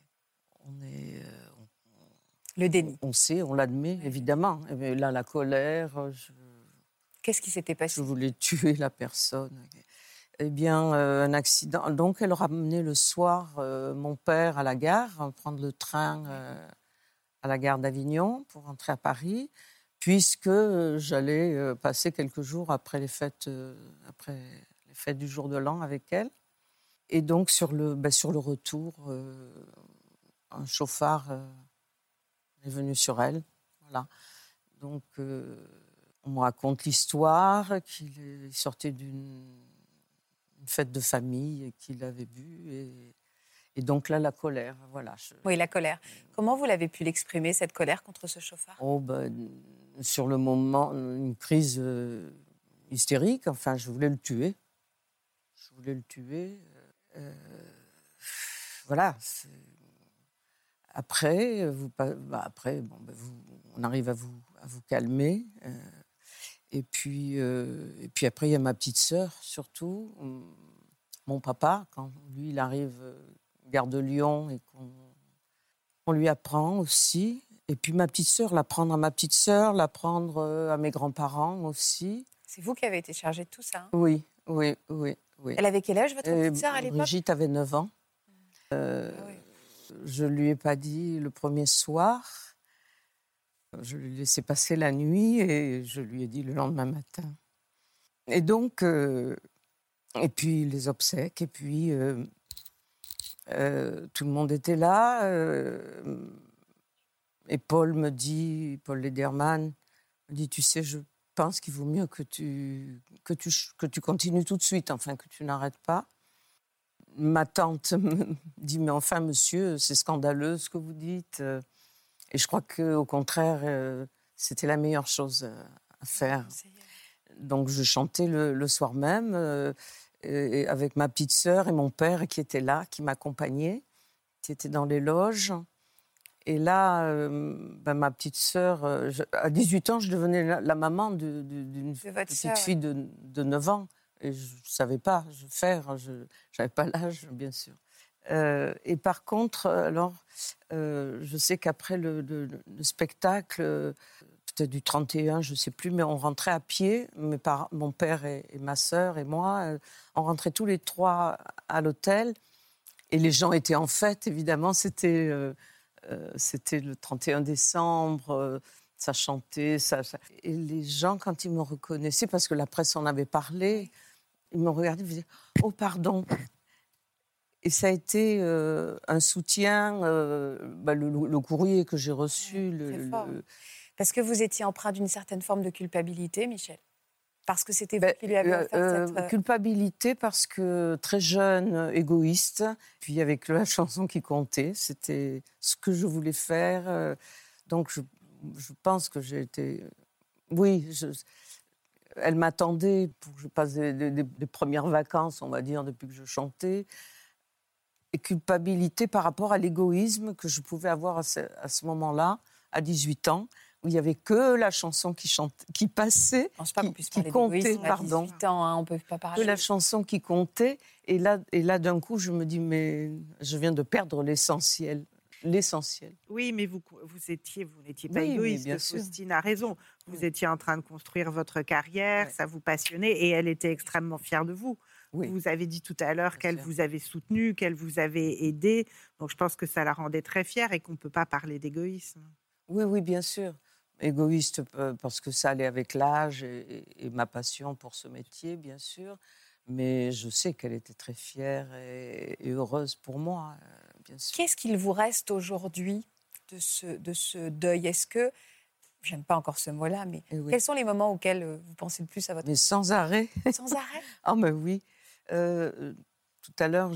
le déni. On sait, on l'admet, évidemment. Mais là, la colère... Qu'est-ce qui s'était passé? Je voulais tuer la personne. Eh bien, un accident. Donc, elle ramenait le soir mon père à la gare, prendre le train à la gare d'Avignon pour rentrer à Paris, puisque j'allais passer quelques jours après les fêtes du jour de l'an avec elle. Et donc, sur le retour, un chauffard est venu sur elle. Voilà. Donc, on me raconte l'histoire, qu'il sortait d'une fête de famille et qu'il avait bu. Et donc là, la colère, voilà. Oui, la colère. Comment vous l'avez pu l'exprimer, cette colère contre ce chauffard? Sur le moment, une crise hystérique. Enfin, je voulais le tuer. Voilà. Après, on arrive à vous calmer. Et puis après, il y a ma petite sœur, surtout. Mon papa, quand lui, il arrive gare de Lyon et qu'on lui apprend aussi. Et puis ma petite sœur, l'apprendre à ma petite sœur, l'apprendre à mes grands-parents aussi. C'est vous qui avez été chargée de tout ça, hein? Oui. Elle avait quel âge, votre petite sœur, à l'époque? Brigitte avait 9 ans. Je ne lui ai pas dit le premier soir. Je lui ai laissé passer la nuit et je lui ai dit le lendemain matin. Et donc, et puis les obsèques, et puis tout le monde était là. Et Paul Lederman me dit, tu sais, je pense qu'il vaut mieux que tu continues tout de suite, enfin que tu n'arrêtes pas. Ma tante me dit, mais enfin, monsieur, c'est scandaleux ce que vous dites. Et je crois qu'au contraire, c'était la meilleure chose à faire. Donc je chantais le soir même avec ma petite sœur et mon père qui était là, qui m'accompagnait, qui était dans les loges. Et là, ma petite sœur, à 18 ans, je devenais la maman d'une petite fille de 9 ans. Et je ne savais pas faire, je n'avais pas l'âge, bien sûr. Et par contre, alors, je sais qu'après le spectacle, peut-être du 31, je ne sais plus, mais on rentrait à pied, mon père et ma sœur et moi, on rentrait tous les trois à l'hôtel. Et les gens étaient en fête, évidemment, c'était le 31 décembre, ça chantait. Et les gens, quand ils me reconnaissaient, parce que la presse en avait parlé, ils me regardaient et me disaient « Oh, pardon !» Et ça a été un soutien, le courrier que j'ai reçu. Parce que vous étiez empreint d'une certaine forme de culpabilité, Michel? Parce que c'était vous qui lui avez offert cette... Culpabilité parce que très jeune, égoïste, puis avec la chanson qui comptait, c'était ce que je voulais faire. Donc je pense que j'ai été... Oui, elle m'attendait pour que je passe des premières vacances, on va dire, depuis que je chantais. Et culpabilité par rapport à l'égoïsme que je pouvais avoir à ce moment-là, à 18 ans, où il n'y avait que la chanson qui passait, qui comptait, pardon. 18 ans, hein, on ne peut pas parler. Que la chanson qui comptait. Et là, d'un coup, je me dis, mais je viens de perdre l'essentiel. L'essentiel. Oui, mais vous n'étiez pas égoïste. Bien sûr. Faustine a raison. Vous étiez en train de construire votre carrière, ça vous passionnait, et elle était extrêmement fière de vous. Oui. Vous avez dit tout à l'heure qu'elle vous avait soutenu, qu'elle vous avait aidé. Donc je pense que ça la rendait très fière et qu'on ne peut pas parler d'égoïsme. Oui, bien sûr. Égoïste parce que ça allait avec l'âge et ma passion pour ce métier, bien sûr. Mais je sais qu'elle était très fière et heureuse pour moi, bien sûr. Qu'est-ce qu'il vous reste aujourd'hui de ce deuil? Est-ce que, j'aime pas encore ce mot-là, mais quels sont les moments auxquels vous pensez le plus à votre... Mais sans arrêt. Sans arrêt? Ah, mais oui. Tout à l'heure,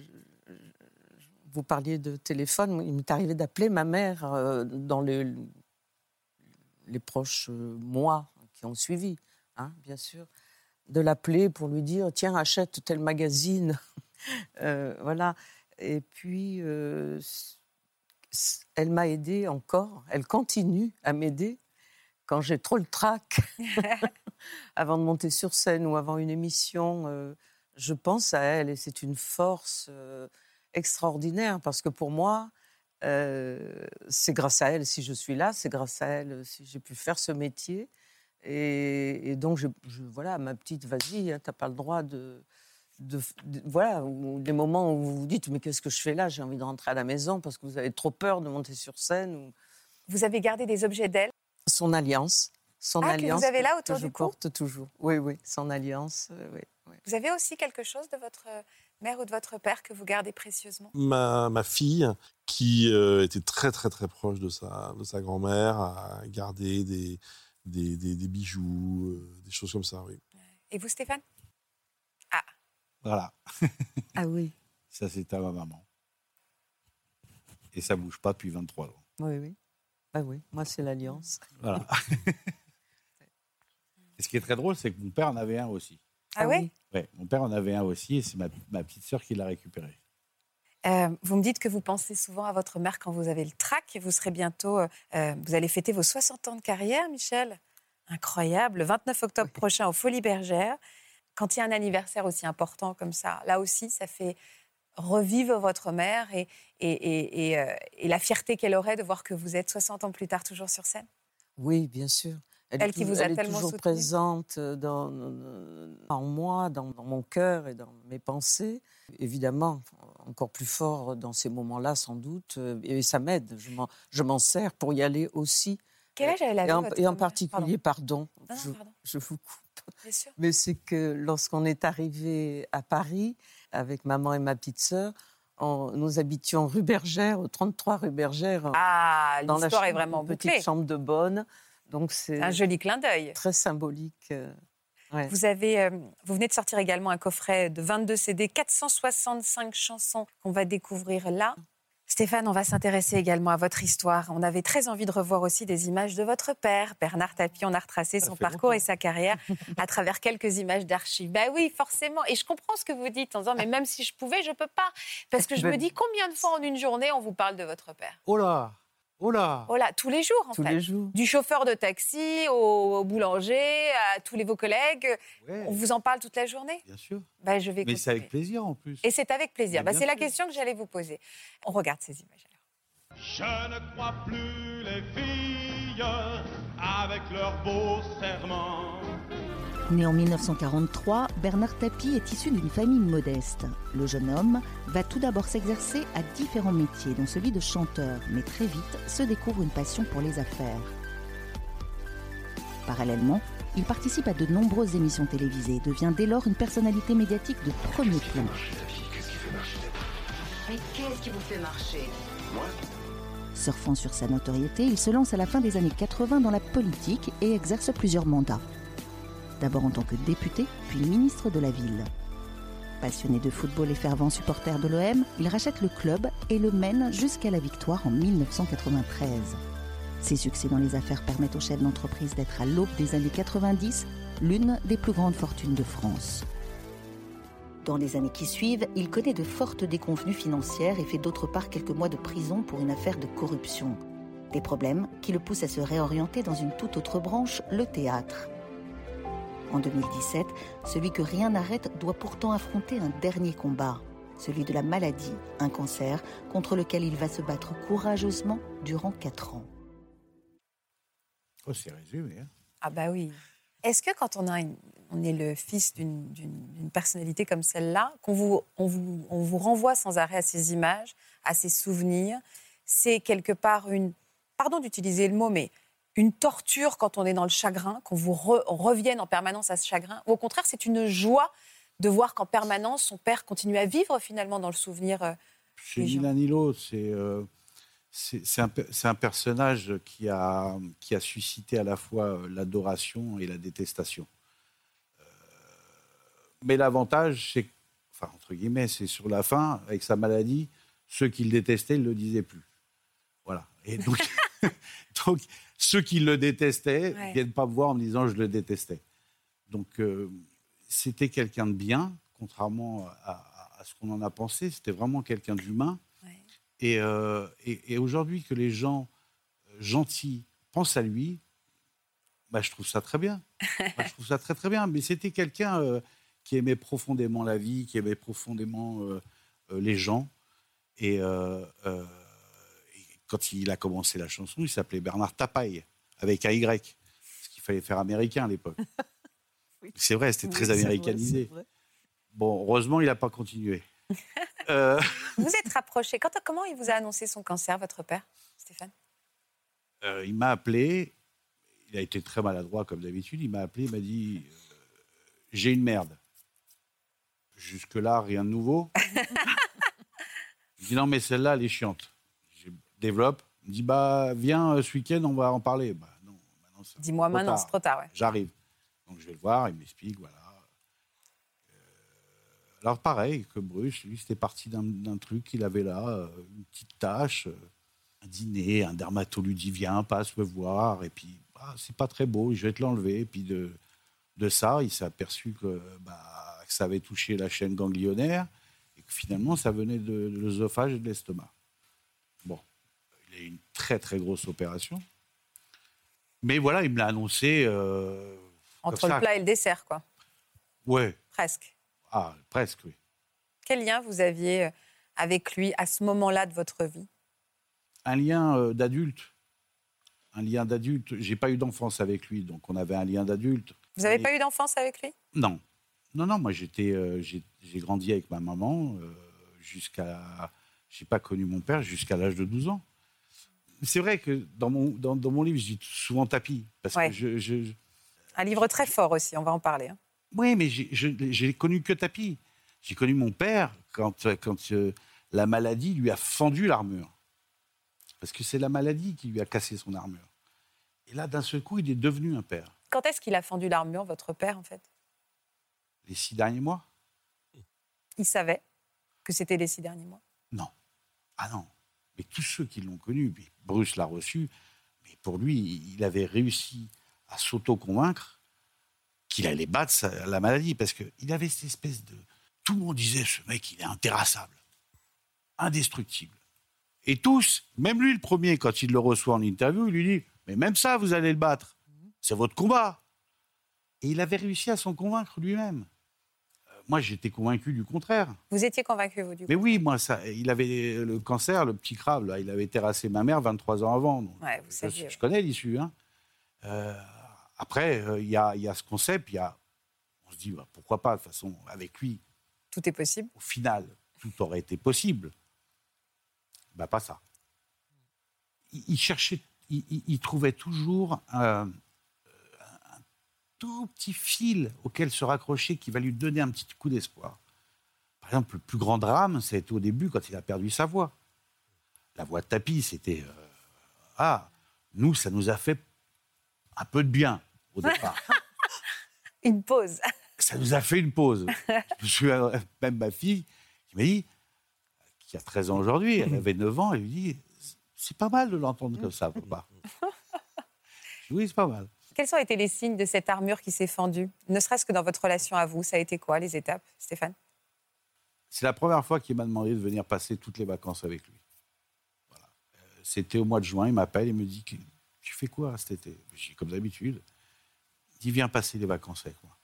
vous parliez de téléphone. Il m'est arrivé d'appeler ma mère dans les proches mois qui ont suivi, hein, bien sûr. de l'appeler pour lui dire « Tiens, achète tel magazine ». Voilà. Et puis, elle m'a aidée encore. Elle continue à m'aider quand j'ai trop le trac. Avant de monter sur scène ou avant une émission, je pense à elle. Et c'est une force extraordinaire parce que pour moi, c'est grâce à elle si je suis là, c'est grâce à elle si j'ai pu faire ce métier. Et donc, voilà, ma petite, vas-y, hein, t'as pas le droit voilà, des moments où vous vous dites mais qu'est-ce que je fais là, j'ai envie de rentrer à la maison parce que vous avez trop peur de monter sur scène. Vous avez gardé des objets d'elle? Son alliance. Que vous avez là autour du cou? Je porte toujours. Oui, son alliance. Oui. Vous avez aussi quelque chose de votre mère ou de votre père que vous gardez précieusement? Ma fille, qui était très très très proche de sa grand-mère, a gardé des bijoux, des choses comme ça, oui. Et vous, Stéphane? Voilà. Ah oui. Ça, c'est à ma maman. Et ça ne bouge pas depuis 23 ans. Oui. Ah oui, moi, c'est l'alliance. Voilà. Et ce qui est très drôle, c'est que mon père en avait un aussi. Ah oui? Oui, mon père en avait un aussi et c'est ma petite sœur qui l'a récupéré. Vous me dites que vous pensez souvent à votre mère quand vous avez le trac. Vous serez bientôt... vous allez fêter vos 60 ans de carrière, Michel. Incroyable. Le 29 octobre prochain, aux Folies Bergères. Quand il y a un anniversaire aussi important comme ça, là aussi, ça fait revivre votre mère et la fierté qu'elle aurait de voir que vous êtes 60 ans plus tard toujours sur scène. Oui, bien sûr. Elle qui vous a tellement toujours soutenue. présente en moi, dans mon cœur et dans mes pensées. Évidemment, encore plus fort dans ces moments-là, sans doute. Et ça m'aide. Je m'en sers pour y aller aussi. Quel âge elle avait, votre Et en mère? particulier, pardon, Pardon. je vous coupe. Bien sûr. Mais c'est que lorsqu'on est arrivé à Paris, avec maman et ma petite sœur, nous habitions rue Bergère, au 33 rue Bergère. Dans l'histoire est vraiment une bouclée. petite chambre de bonne. Donc c'est un joli clin d'œil. Très symbolique. Ouais. Vous venez de sortir également un coffret de 22 CD, 465 chansons qu'on va découvrir là. Stéphane, on va s'intéresser également à votre histoire. On avait très envie de revoir aussi des images de votre père, Bernard Tapie. On a retracé son parcours et sa carrière à travers quelques images d'archives. Ben oui, forcément. Et je comprends ce que vous dites en disant, mais même si je pouvais, je ne peux pas. Parce que je me dis, combien de fois en une journée on vous parle de votre père? Oh là, tous les jours, en fait. Les jours. Du chauffeur de taxi au boulanger, à tous vos collègues. Ouais. On vous en parle toute la journée? Bien sûr. Ben, je vais Mais c'est avec plaisir en plus. Et c'est avec plaisir. Ben, c'est la question que j'allais vous poser. On regarde ces images alors. Je ne crois plus les filles avec leurs beaux serments. Né en 1943, Bernard Tapie est issu d'une famille modeste. Le jeune homme va tout d'abord s'exercer à différents métiers, dont celui de chanteur, mais très vite se découvre une passion pour les affaires. Parallèlement, il participe à de nombreuses émissions télévisées et devient dès lors une personnalité médiatique de premier plan. Mais qu'est-ce qui vous fait marcher? Moi? Surfant sur sa notoriété, il se lance à la fin des années 80 dans la politique et exerce plusieurs mandats. D'abord en tant que député, puis ministre de la Ville. Passionné de football et fervent supporter de l'OM, il rachète le club et le mène jusqu'à la victoire en 1993. Ses succès dans les affaires permettent au chef d'entreprise d'être à l'aube des années 90, l'une des plus grandes fortunes de France. Dans les années qui suivent, il connaît de fortes déconvenues financières et fait d'autre part quelques mois de prison pour une affaire de corruption. Des problèmes qui le poussent à se réorienter dans une toute autre branche, le théâtre. En 2017, celui que rien n'arrête doit pourtant affronter un dernier combat, celui de la maladie, un cancer, contre lequel il va se battre courageusement durant 4 ans. Oh, c'est résumé. Hein. Ah bah oui. Est-ce que quand on est le fils d'une personnalité comme celle-là, on vous renvoie sans arrêt à ces images, à ces souvenirs, c'est quelque part pardon d'utiliser le mot, mais une torture quand on est dans le chagrin, qu'on on revienne en permanence à ce chagrin, ou au contraire, c'est une joie de voir qu'en permanence, son père continue à vivre finalement dans le souvenir C'est ni l'un ni l'autre. C'est un personnage qui a suscité à la fois l'adoration et la détestation. Mais l'avantage, c'est, enfin, entre guillemets, c'est sur la fin, avec sa maladie, ceux qui le détestaient ne le disaient plus. Voilà. Et donc, donc ceux qui le détestaient ne viennent pas me voir en me disant « je le détestais ». Donc, c'était quelqu'un de bien, contrairement à ce qu'on en a pensé. C'était vraiment quelqu'un d'humain. Ouais. Et aujourd'hui, que les gens gentils pensent à lui, je trouve ça très bien. Je trouve ça très, très bien. Mais c'était quelqu'un qui aimait profondément la vie, qui aimait profondément les gens. Et quand il a commencé la chanson, il s'appelait Bernard Tapaille, avec un Y, parce qu'il fallait faire américain à l'époque. Oui. C'est vrai, c'était très américanisé. C'est vrai. Bon, heureusement, il n'a pas continué. Vous êtes rapprochés. Comment il vous a annoncé son cancer, votre père, Stéphane ? Il m'a appelé. Il a été très maladroit, comme d'habitude. Il m'a appelé, il m'a dit « J'ai une merde ». Jusque-là, rien de nouveau. Je dis « Non, mais celle-là, elle est chiante ». Je développe. Il me dit « Viens ce week-end, on va en parler ». Non, dis-moi maintenant, c'est trop tard. Ouais. J'arrive. Donc, je vais le voir, il m'explique, voilà. Alors, pareil que Bruce, lui, c'était parti d'un truc qu'il avait là, une petite tâche, un dîner, un dermatologue dit « Viens, passe me voir ». Et puis, c'est pas très beau, je vais te l'enlever. Et puis, de ça, il s'est aperçu que ça avait touché la chaîne ganglionnaire et que finalement, ça venait de l'œsophage et de l'estomac. Bon, il a eu une très, très grosse opération. Mais voilà, il me l'a annoncé... Entre le plat et le dessert, quoi. Ouais. Presque. Ah, presque, oui. Quel lien vous aviez avec lui à ce moment-là de votre vie ? Un lien d'adulte. Un lien d'adulte. J'ai pas eu d'enfance avec lui, donc on avait un lien d'adulte. Vous n'avez pas eu d'enfance avec lui ? Non. Non, moi j'ai grandi avec ma maman jusqu'à... J'ai pas connu mon père jusqu'à l'âge de 12 ans. C'est vrai que dans mon livre, je dis souvent tapis. Parce que un livre très fort aussi, on va en parler. Hein. Oui, mais j'ai connu que tapis. J'ai connu mon père quand la maladie lui a fendu l'armure. Parce que c'est la maladie qui lui a cassé son armure. Et là, d'un seul coup, il est devenu un père. Quand est-ce qu'il a fendu l'armure, votre père, en fait ? Les 6 derniers mois. Il savait que c'était les 6 derniers mois ? Non. Ah non. Mais tous ceux qui l'ont connu, puis Bruce l'a reçu, mais pour lui, il avait réussi à s'auto-convaincre qu'il allait battre la maladie. Parce qu'il avait cette espèce de... Tout le monde disait, ce mec, il est intéressable, indestructible. Et tous, même lui le premier, quand il le reçoit en interview, il lui dit « Mais même ça, vous allez le battre. C'est votre combat. » Et il avait réussi à s'en convaincre lui-même. Moi, j'étais convaincu du contraire. Vous étiez convaincu, vous, du Mais oui, moi, il avait le cancer, le petit crabe, là, il avait terrassé ma mère 23 ans avant. Donc, ouais, vous saviez, je connais l'issue. Hein. Après, il y a ce concept, on se dit, pourquoi pas, de toute façon, avec lui. Tout est possible. Au final, tout aurait été possible. Pas ça. Il cherchait, il trouvait toujours un tout petit fil auquel se raccrocher qui va lui donner un petit coup d'espoir. Par exemple, le plus grand drame, ça a été au début quand il a perdu sa voix. La voix de tapis, c'était... nous, ça nous a fait un peu de bien au départ. Une pause. Ça nous a fait une pause. Je me souviens, même ma fille qui m'a dit, qui a 13 ans aujourd'hui, elle avait 9 ans, elle lui dit « C'est pas mal de l'entendre comme ça, papa. » Oui, c'est pas mal. Quels ont été les signes de cette armure qui s'est fendue ? Ne serait-ce que dans votre relation à vous, ça a été quoi, les étapes, Stéphane ? C'est la première fois qu'il m'a demandé de venir passer toutes les vacances avec lui. Voilà. C'était au mois de juin, il m'appelle et me dit « Tu fais quoi cet été ?» Je dis comme d'habitude. Il dit « Viens passer les vacances avec moi. »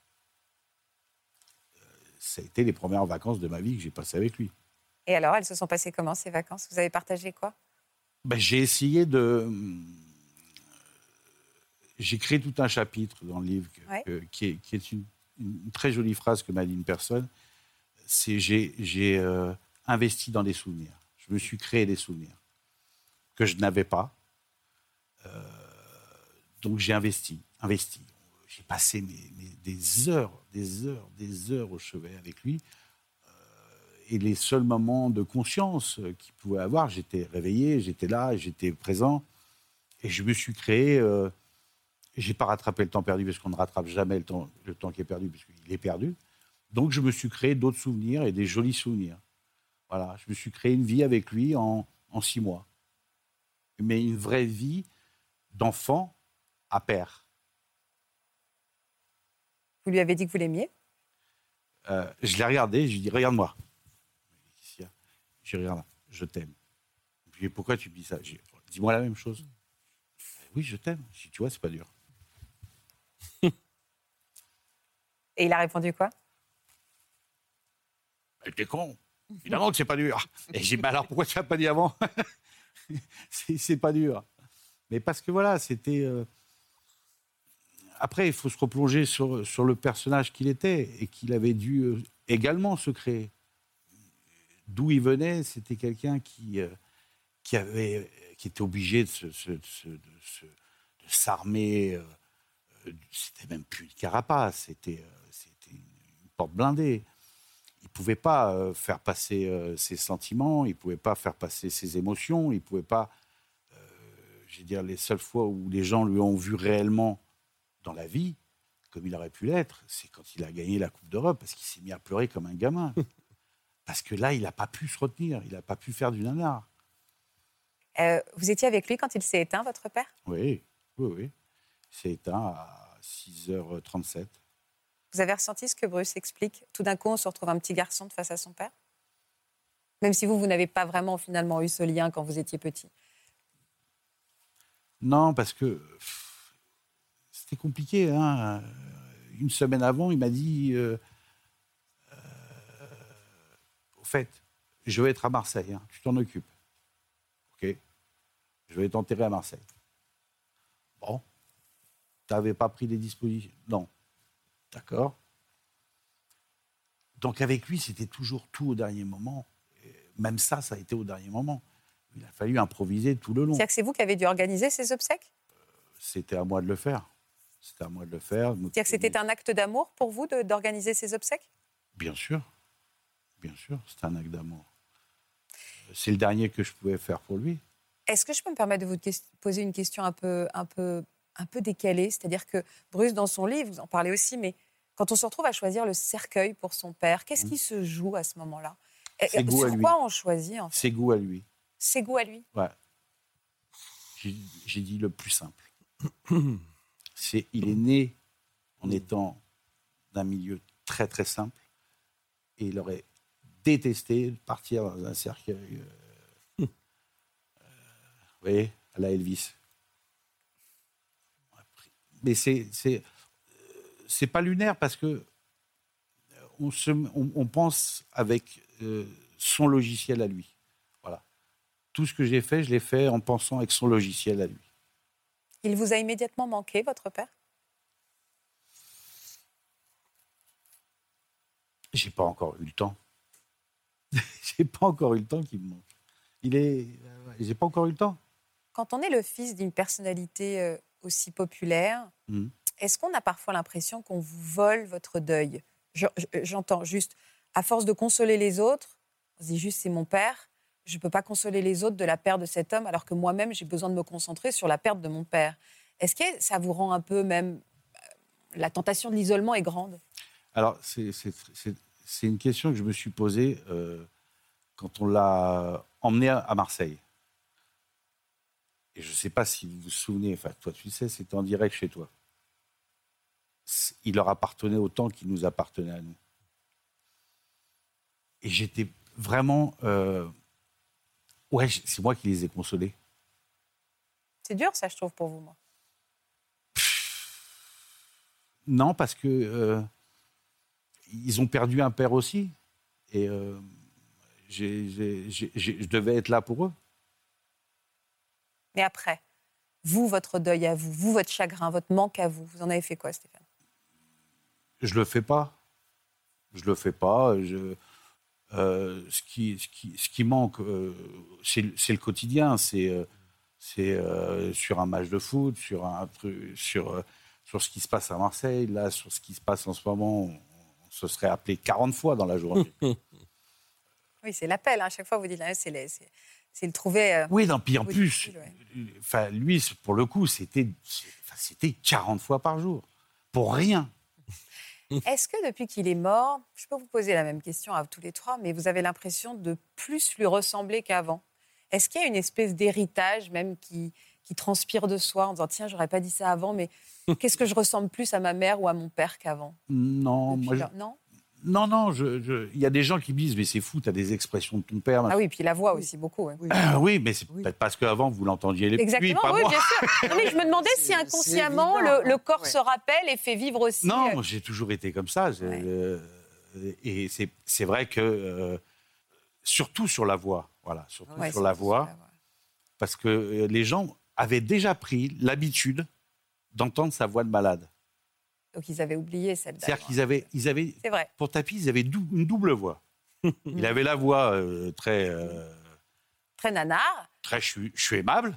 Ça a été les premières vacances de ma vie que j'ai passées avec lui. Et alors, elles se sont passées comment, ces vacances ? Vous avez partagé quoi ? J'ai essayé de... J'ai créé tout un chapitre dans le livre qui est une très jolie phrase que m'a dit une personne. C'est j'ai investi dans des souvenirs. Je me suis créé des souvenirs que je n'avais pas. Donc j'ai investi. J'ai passé des heures au chevet avec lui. Et les seuls moments de conscience qu'il pouvait avoir, j'étais réveillé, j'étais là, j'étais présent. Et je me suis créé... je n'ai pas rattrapé le temps perdu, parce qu'on ne rattrape jamais le temps qui est perdu, parce qu'il est perdu. Donc je me suis créé d'autres souvenirs, et des jolis souvenirs. Voilà, je me suis créé une vie avec lui en 6 mois. Mais une vraie vie d'enfant à père. Vous lui avez dit que vous l'aimiez ? Je l'ai regardé, je lui ai dit, regarde-moi. Qu'est-ce qu'il y a ? Je lui ai dit, regarde, je t'aime. Je lui ai dit, pourquoi tu me dis ça ? J'ai dit, dis-moi la même chose. Oui, je t'aime. Je lui ai dit, tu vois, c'est pas dur. Et il a répondu quoi ? T'es con. Évidemment que c'est pas dur. Et j'ai dit, alors pourquoi tu l'as pas dit avant ? C'est pas dur. Mais parce que voilà, c'était... Après, il faut se replonger sur le personnage qu'il était et qu'il avait dû également se créer. D'où il venait, c'était quelqu'un qui était obligé de s'armer. C'était même plus une carapace, c'était une porte blindée. Il ne pouvait pas faire passer ses sentiments, il ne pouvait pas faire passer ses émotions, il ne pouvait pas... je veux dire, les seules fois où les gens lui ont vu réellement dans la vie, comme il aurait pu l'être, c'est quand il a gagné la Coupe d'Europe, parce qu'il s'est mis à pleurer comme un gamin. Parce que là, il n'a pas pu se retenir, il n'a pas pu faire du nanar. Vous étiez avec lui quand il s'est éteint, votre père ? Oui. Il s'est éteint à 6h37. Vous avez ressenti ce que Bruce explique ? Tout d'un coup, on se retrouve un petit garçon face à son père ? Même si vous n'avez pas vraiment finalement eu ce lien quand vous étiez petit. Non, parce que c'était compliqué. Hein. Une semaine avant, il m'a dit au fait, je vais être à Marseille, hein, tu t'en occupes. OK. Je vais t'enterrer à Marseille. Bon. Tu n'avais pas pris les dispositions ? Non. D'accord. Donc avec lui, c'était toujours tout au dernier moment. Et même ça a été au dernier moment. Il a fallu improviser tout le long. C'est-à-dire que c'est vous qui avez dû organiser ces obsèques ? C'était à moi de le faire. C'est-à-dire que c'était un acte d'amour pour vous d'organiser ces obsèques ? Bien sûr. C'était un acte d'amour. C'est le dernier que je pouvais faire pour lui. Est-ce que je peux me permettre de vous poser une question un peu décalée ? C'est-à-dire que Bruce, dans son livre, vous en parlez aussi, mais quand on se retrouve à choisir le cercueil pour son père, qu'est-ce qui se joue à ce moment-là ? Ses goûts à lui. Sur quoi on choisit, en fait ? Ses goûts à lui. Ses goûts à lui ? Ouais. J'ai dit le plus simple. Il est né en étant d'un milieu très très simple et il aurait détesté partir dans un cercueil, vous voyez, à la Elvis. Mais c'est pas lunaire parce que on pense avec son logiciel à lui. Voilà. Tout ce que j'ai fait, je l'ai fait en pensant avec son logiciel à lui. Il vous a immédiatement manqué, votre père ? J'ai pas encore eu le temps. J'ai pas encore eu le temps qu'il me manque. J'ai pas encore eu le temps. Quand on est le fils d'une personnalité aussi populaire, est-ce qu'on a parfois l'impression qu'on vous vole votre deuil ? J'entends juste, à force de consoler les autres, on se dit juste c'est mon père, je ne peux pas consoler les autres de la perte de cet homme, alors que moi-même j'ai besoin de me concentrer sur la perte de mon père. Est-ce que ça vous rend un peu même... La tentation de l'isolement est grande ? Alors, c'est une question que je me suis posée quand on l'a emmené à Marseille. Et je ne sais pas si vous vous souvenez, enfin, toi tu le sais, c'était en direct chez toi. Il leur appartenait autant qu'il nous appartenait à nous. Et j'étais vraiment... Ouais, c'est moi qui les ai consolés. C'est dur, ça, je trouve, pour vous, moi. Non, parce que ils ont perdu un père aussi. Et je devais être là pour eux. Mais après, vous, votre deuil à vous, vous, votre chagrin, votre manque à vous, vous en avez fait quoi, Stéphane ? Je le fais pas. Ce qui manque, c'est le quotidien. C'est sur un match de foot, sur ce qui se passe à Marseille, là, sur ce qui se passe en ce moment. On se serait appelé 40 fois dans la journée. Oui, c'est l'appel. À chaque fois, vous dites, c'est le trouver... Oui, non, puis en plus, lui, pour le coup, c'était 40 fois par jour. Pour rien. Est-ce que depuis qu'il est mort, je peux vous poser la même question à tous les trois, mais vous avez l'impression de plus lui ressembler qu'avant ? Est-ce qu'il y a une espèce d'héritage même qui transpire de soi en disant « Tiens, j'aurais pas dit ça avant, mais qu'est-ce que je ressemble plus à ma mère ou à mon père qu'avant ?» Non, Non, il y a des gens qui me disent, mais c'est fou, tu as des expressions de ton père. Ah oui, puis la voix aussi, beaucoup. Ouais. Oui, mais c'est peut-être parce qu'avant, vous l'entendiez les Exactement, pas oui, moi. bien sûr. Non, mais je me demandais si inconsciemment, le corps se rappelle et fait vivre aussi. Non, moi, j'ai toujours été comme ça. Et c'est vrai que, surtout sur la voix, voilà, surtout sur la voix, parce que les gens avaient déjà pris l'habitude d'entendre sa voix de malade. Donc ils avaient oublié celle-là. C'est-à-dire qu'ils avaient, c'est vrai. Pour Tapi, ils avaient une double voix. Il avait la voix très nanar. Très je suis aimable.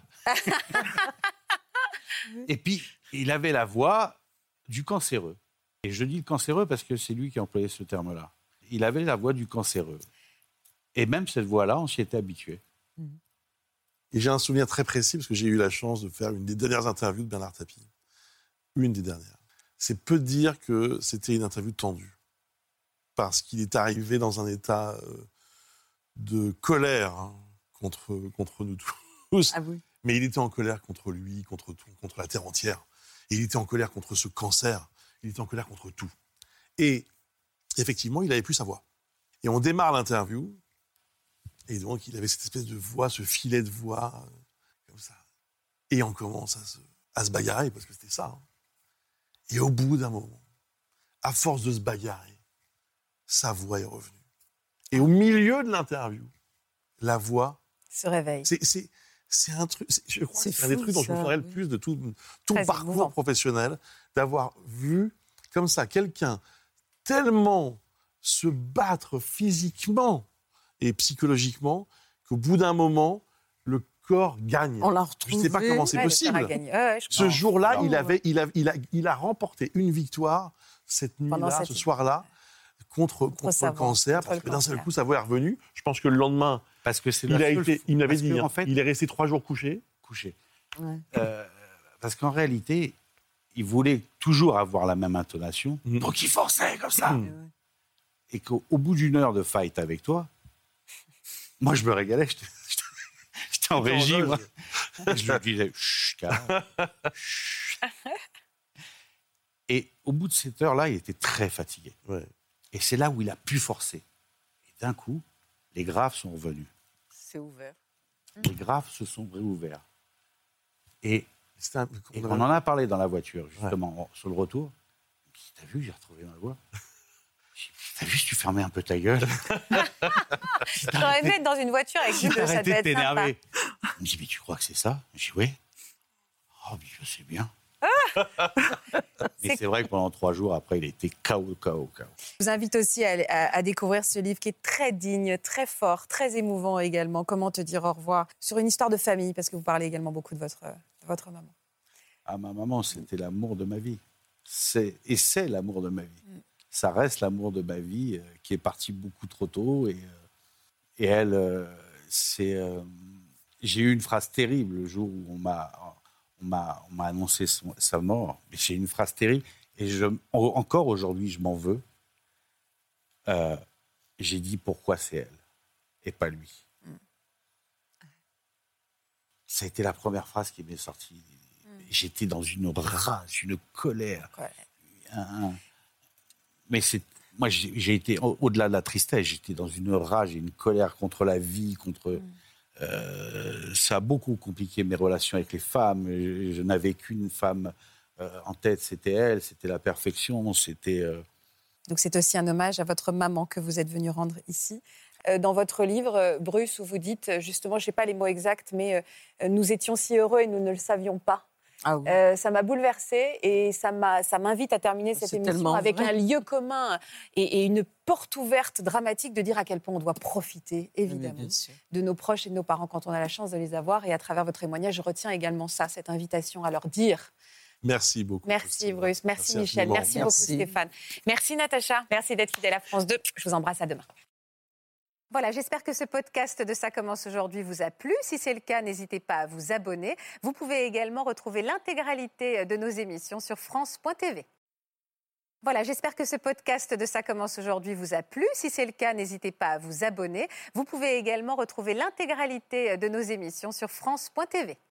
Et puis, il avait la voix du cancéreux. Et je dis le cancéreux parce que c'est lui qui a employé ce terme-là. Il avait la voix du cancéreux. Et même cette voix-là, on s'y était habitué. Et j'ai un souvenir très précis parce que j'ai eu la chance de faire une des dernières interviews de Bernard Tapie. Une des dernières. C'est peu dire que c'était une interview tendue. Parce qu'il est arrivé dans un état de colère contre nous tous. Ah oui. Mais il était en colère contre lui, contre tout, contre la terre entière. Et il était en colère contre ce cancer. Il était en colère contre tout. Et effectivement, il n'avait plus sa voix. Et on démarre l'interview. Et donc, il avait cette espèce de voix, ce filet de voix, comme ça. Et on commence à se bagarrer, parce que c'était ça. Et au bout d'un moment, à force de se bagarrer, sa voix est revenue. Et au milieu de l'interview, la voix se réveille. C'est un truc, je crois que c'est un des trucs dont je me souviendrai le plus de tout mon parcours professionnel, d'avoir vu comme ça quelqu'un tellement se battre physiquement et psychologiquement qu'au bout d'un moment, le corps gagne. On l'a retrouvé. Je ne sais pas comment c'est possible. Ce jour-là, il a remporté une victoire cette nuit-là, ce soir-là, contre le cancer. Parce que d'un seul coup, sa voix est revenue. Je pense que le lendemain, parce que c'est il m'avait dit, en fait, il est resté 3 jours couché. Ouais. Parce qu'en réalité, il voulait toujours avoir la même intonation. Donc il forçait comme ça. Et qu'au bout d'une heure de fight avec toi, moi je me régalais, j'étais en régie. Moi. Je lui disais, chut, calme. Et au bout de cette heure-là, il était très fatigué. Ouais. Et c'est là où il a pu forcer. Et d'un coup, les graves sont revenus. C'est ouvert. Les graves se sont réouverts. Et on en a parlé dans la voiture, justement, sur le retour. T'as vu, j'ai retrouvé ma voix. T'as vu, si tu fermais un peu ta gueule. J'aurais aimé être dans une voiture avec lui, ça devait être sympa. Il me dit, mais tu crois que c'est ça? Je dis, oui. Oh, mais je sais bien. Mais c'est vrai que pendant 3 jours, après, il était KO. Je vous invite aussi à découvrir ce livre qui est très digne, très fort, très émouvant également. Comment te dire au revoir? Sur une histoire de famille, parce que vous parlez également beaucoup de votre maman. Ah, ma maman, c'était l'amour de ma vie. C'est l'amour de ma vie. Ça reste l'amour de ma vie qui est parti beaucoup trop tôt. Et elle, j'ai eu une phrase terrible le jour où on m'a annoncé sa mort. J'ai eu une phrase terrible. Et encore aujourd'hui, je m'en veux. J'ai dit pourquoi c'est elle et pas lui. Ça a été la première phrase qui m'est sortie. J'étais dans une rage, une colère. Mais moi, j'ai été, au-delà de la tristesse, j'étais dans une rage et une colère contre la vie, ça a beaucoup compliqué mes relations avec les femmes. Je n'avais qu'une femme en tête, c'était elle, c'était la perfection, Donc c'est aussi un hommage à votre maman que vous êtes venu rendre ici. Dans votre livre, Bruce, où vous dites, justement, je ne sais pas les mots exacts, mais nous étions si heureux et nous ne le savions pas. Ah oui. Ça m'a bouleversée et ça m'invite à terminer cette émission avec un lieu commun et une porte ouverte dramatique de dire à quel point on doit profiter, évidemment, de nos proches et de nos parents quand on a la chance de les avoir. Et à travers votre témoignage, je retiens également cette invitation à leur dire. Merci beaucoup. Merci Bruce, merci Michel, merci beaucoup Stéphane. Merci Natacha, merci d'être fidèle à France 2. Je vous embrasse, à demain. Voilà, j'espère que ce podcast de Ça commence aujourd'hui vous a plu. Si c'est le cas, n'hésitez pas à vous abonner. Vous pouvez également retrouver l'intégralité de nos émissions sur France.tv. Voilà, j'espère que ce podcast de Ça commence aujourd'hui vous a plu. Si c'est le cas, n'hésitez pas à vous abonner. Vous pouvez également retrouver l'intégralité de nos émissions sur France.tv.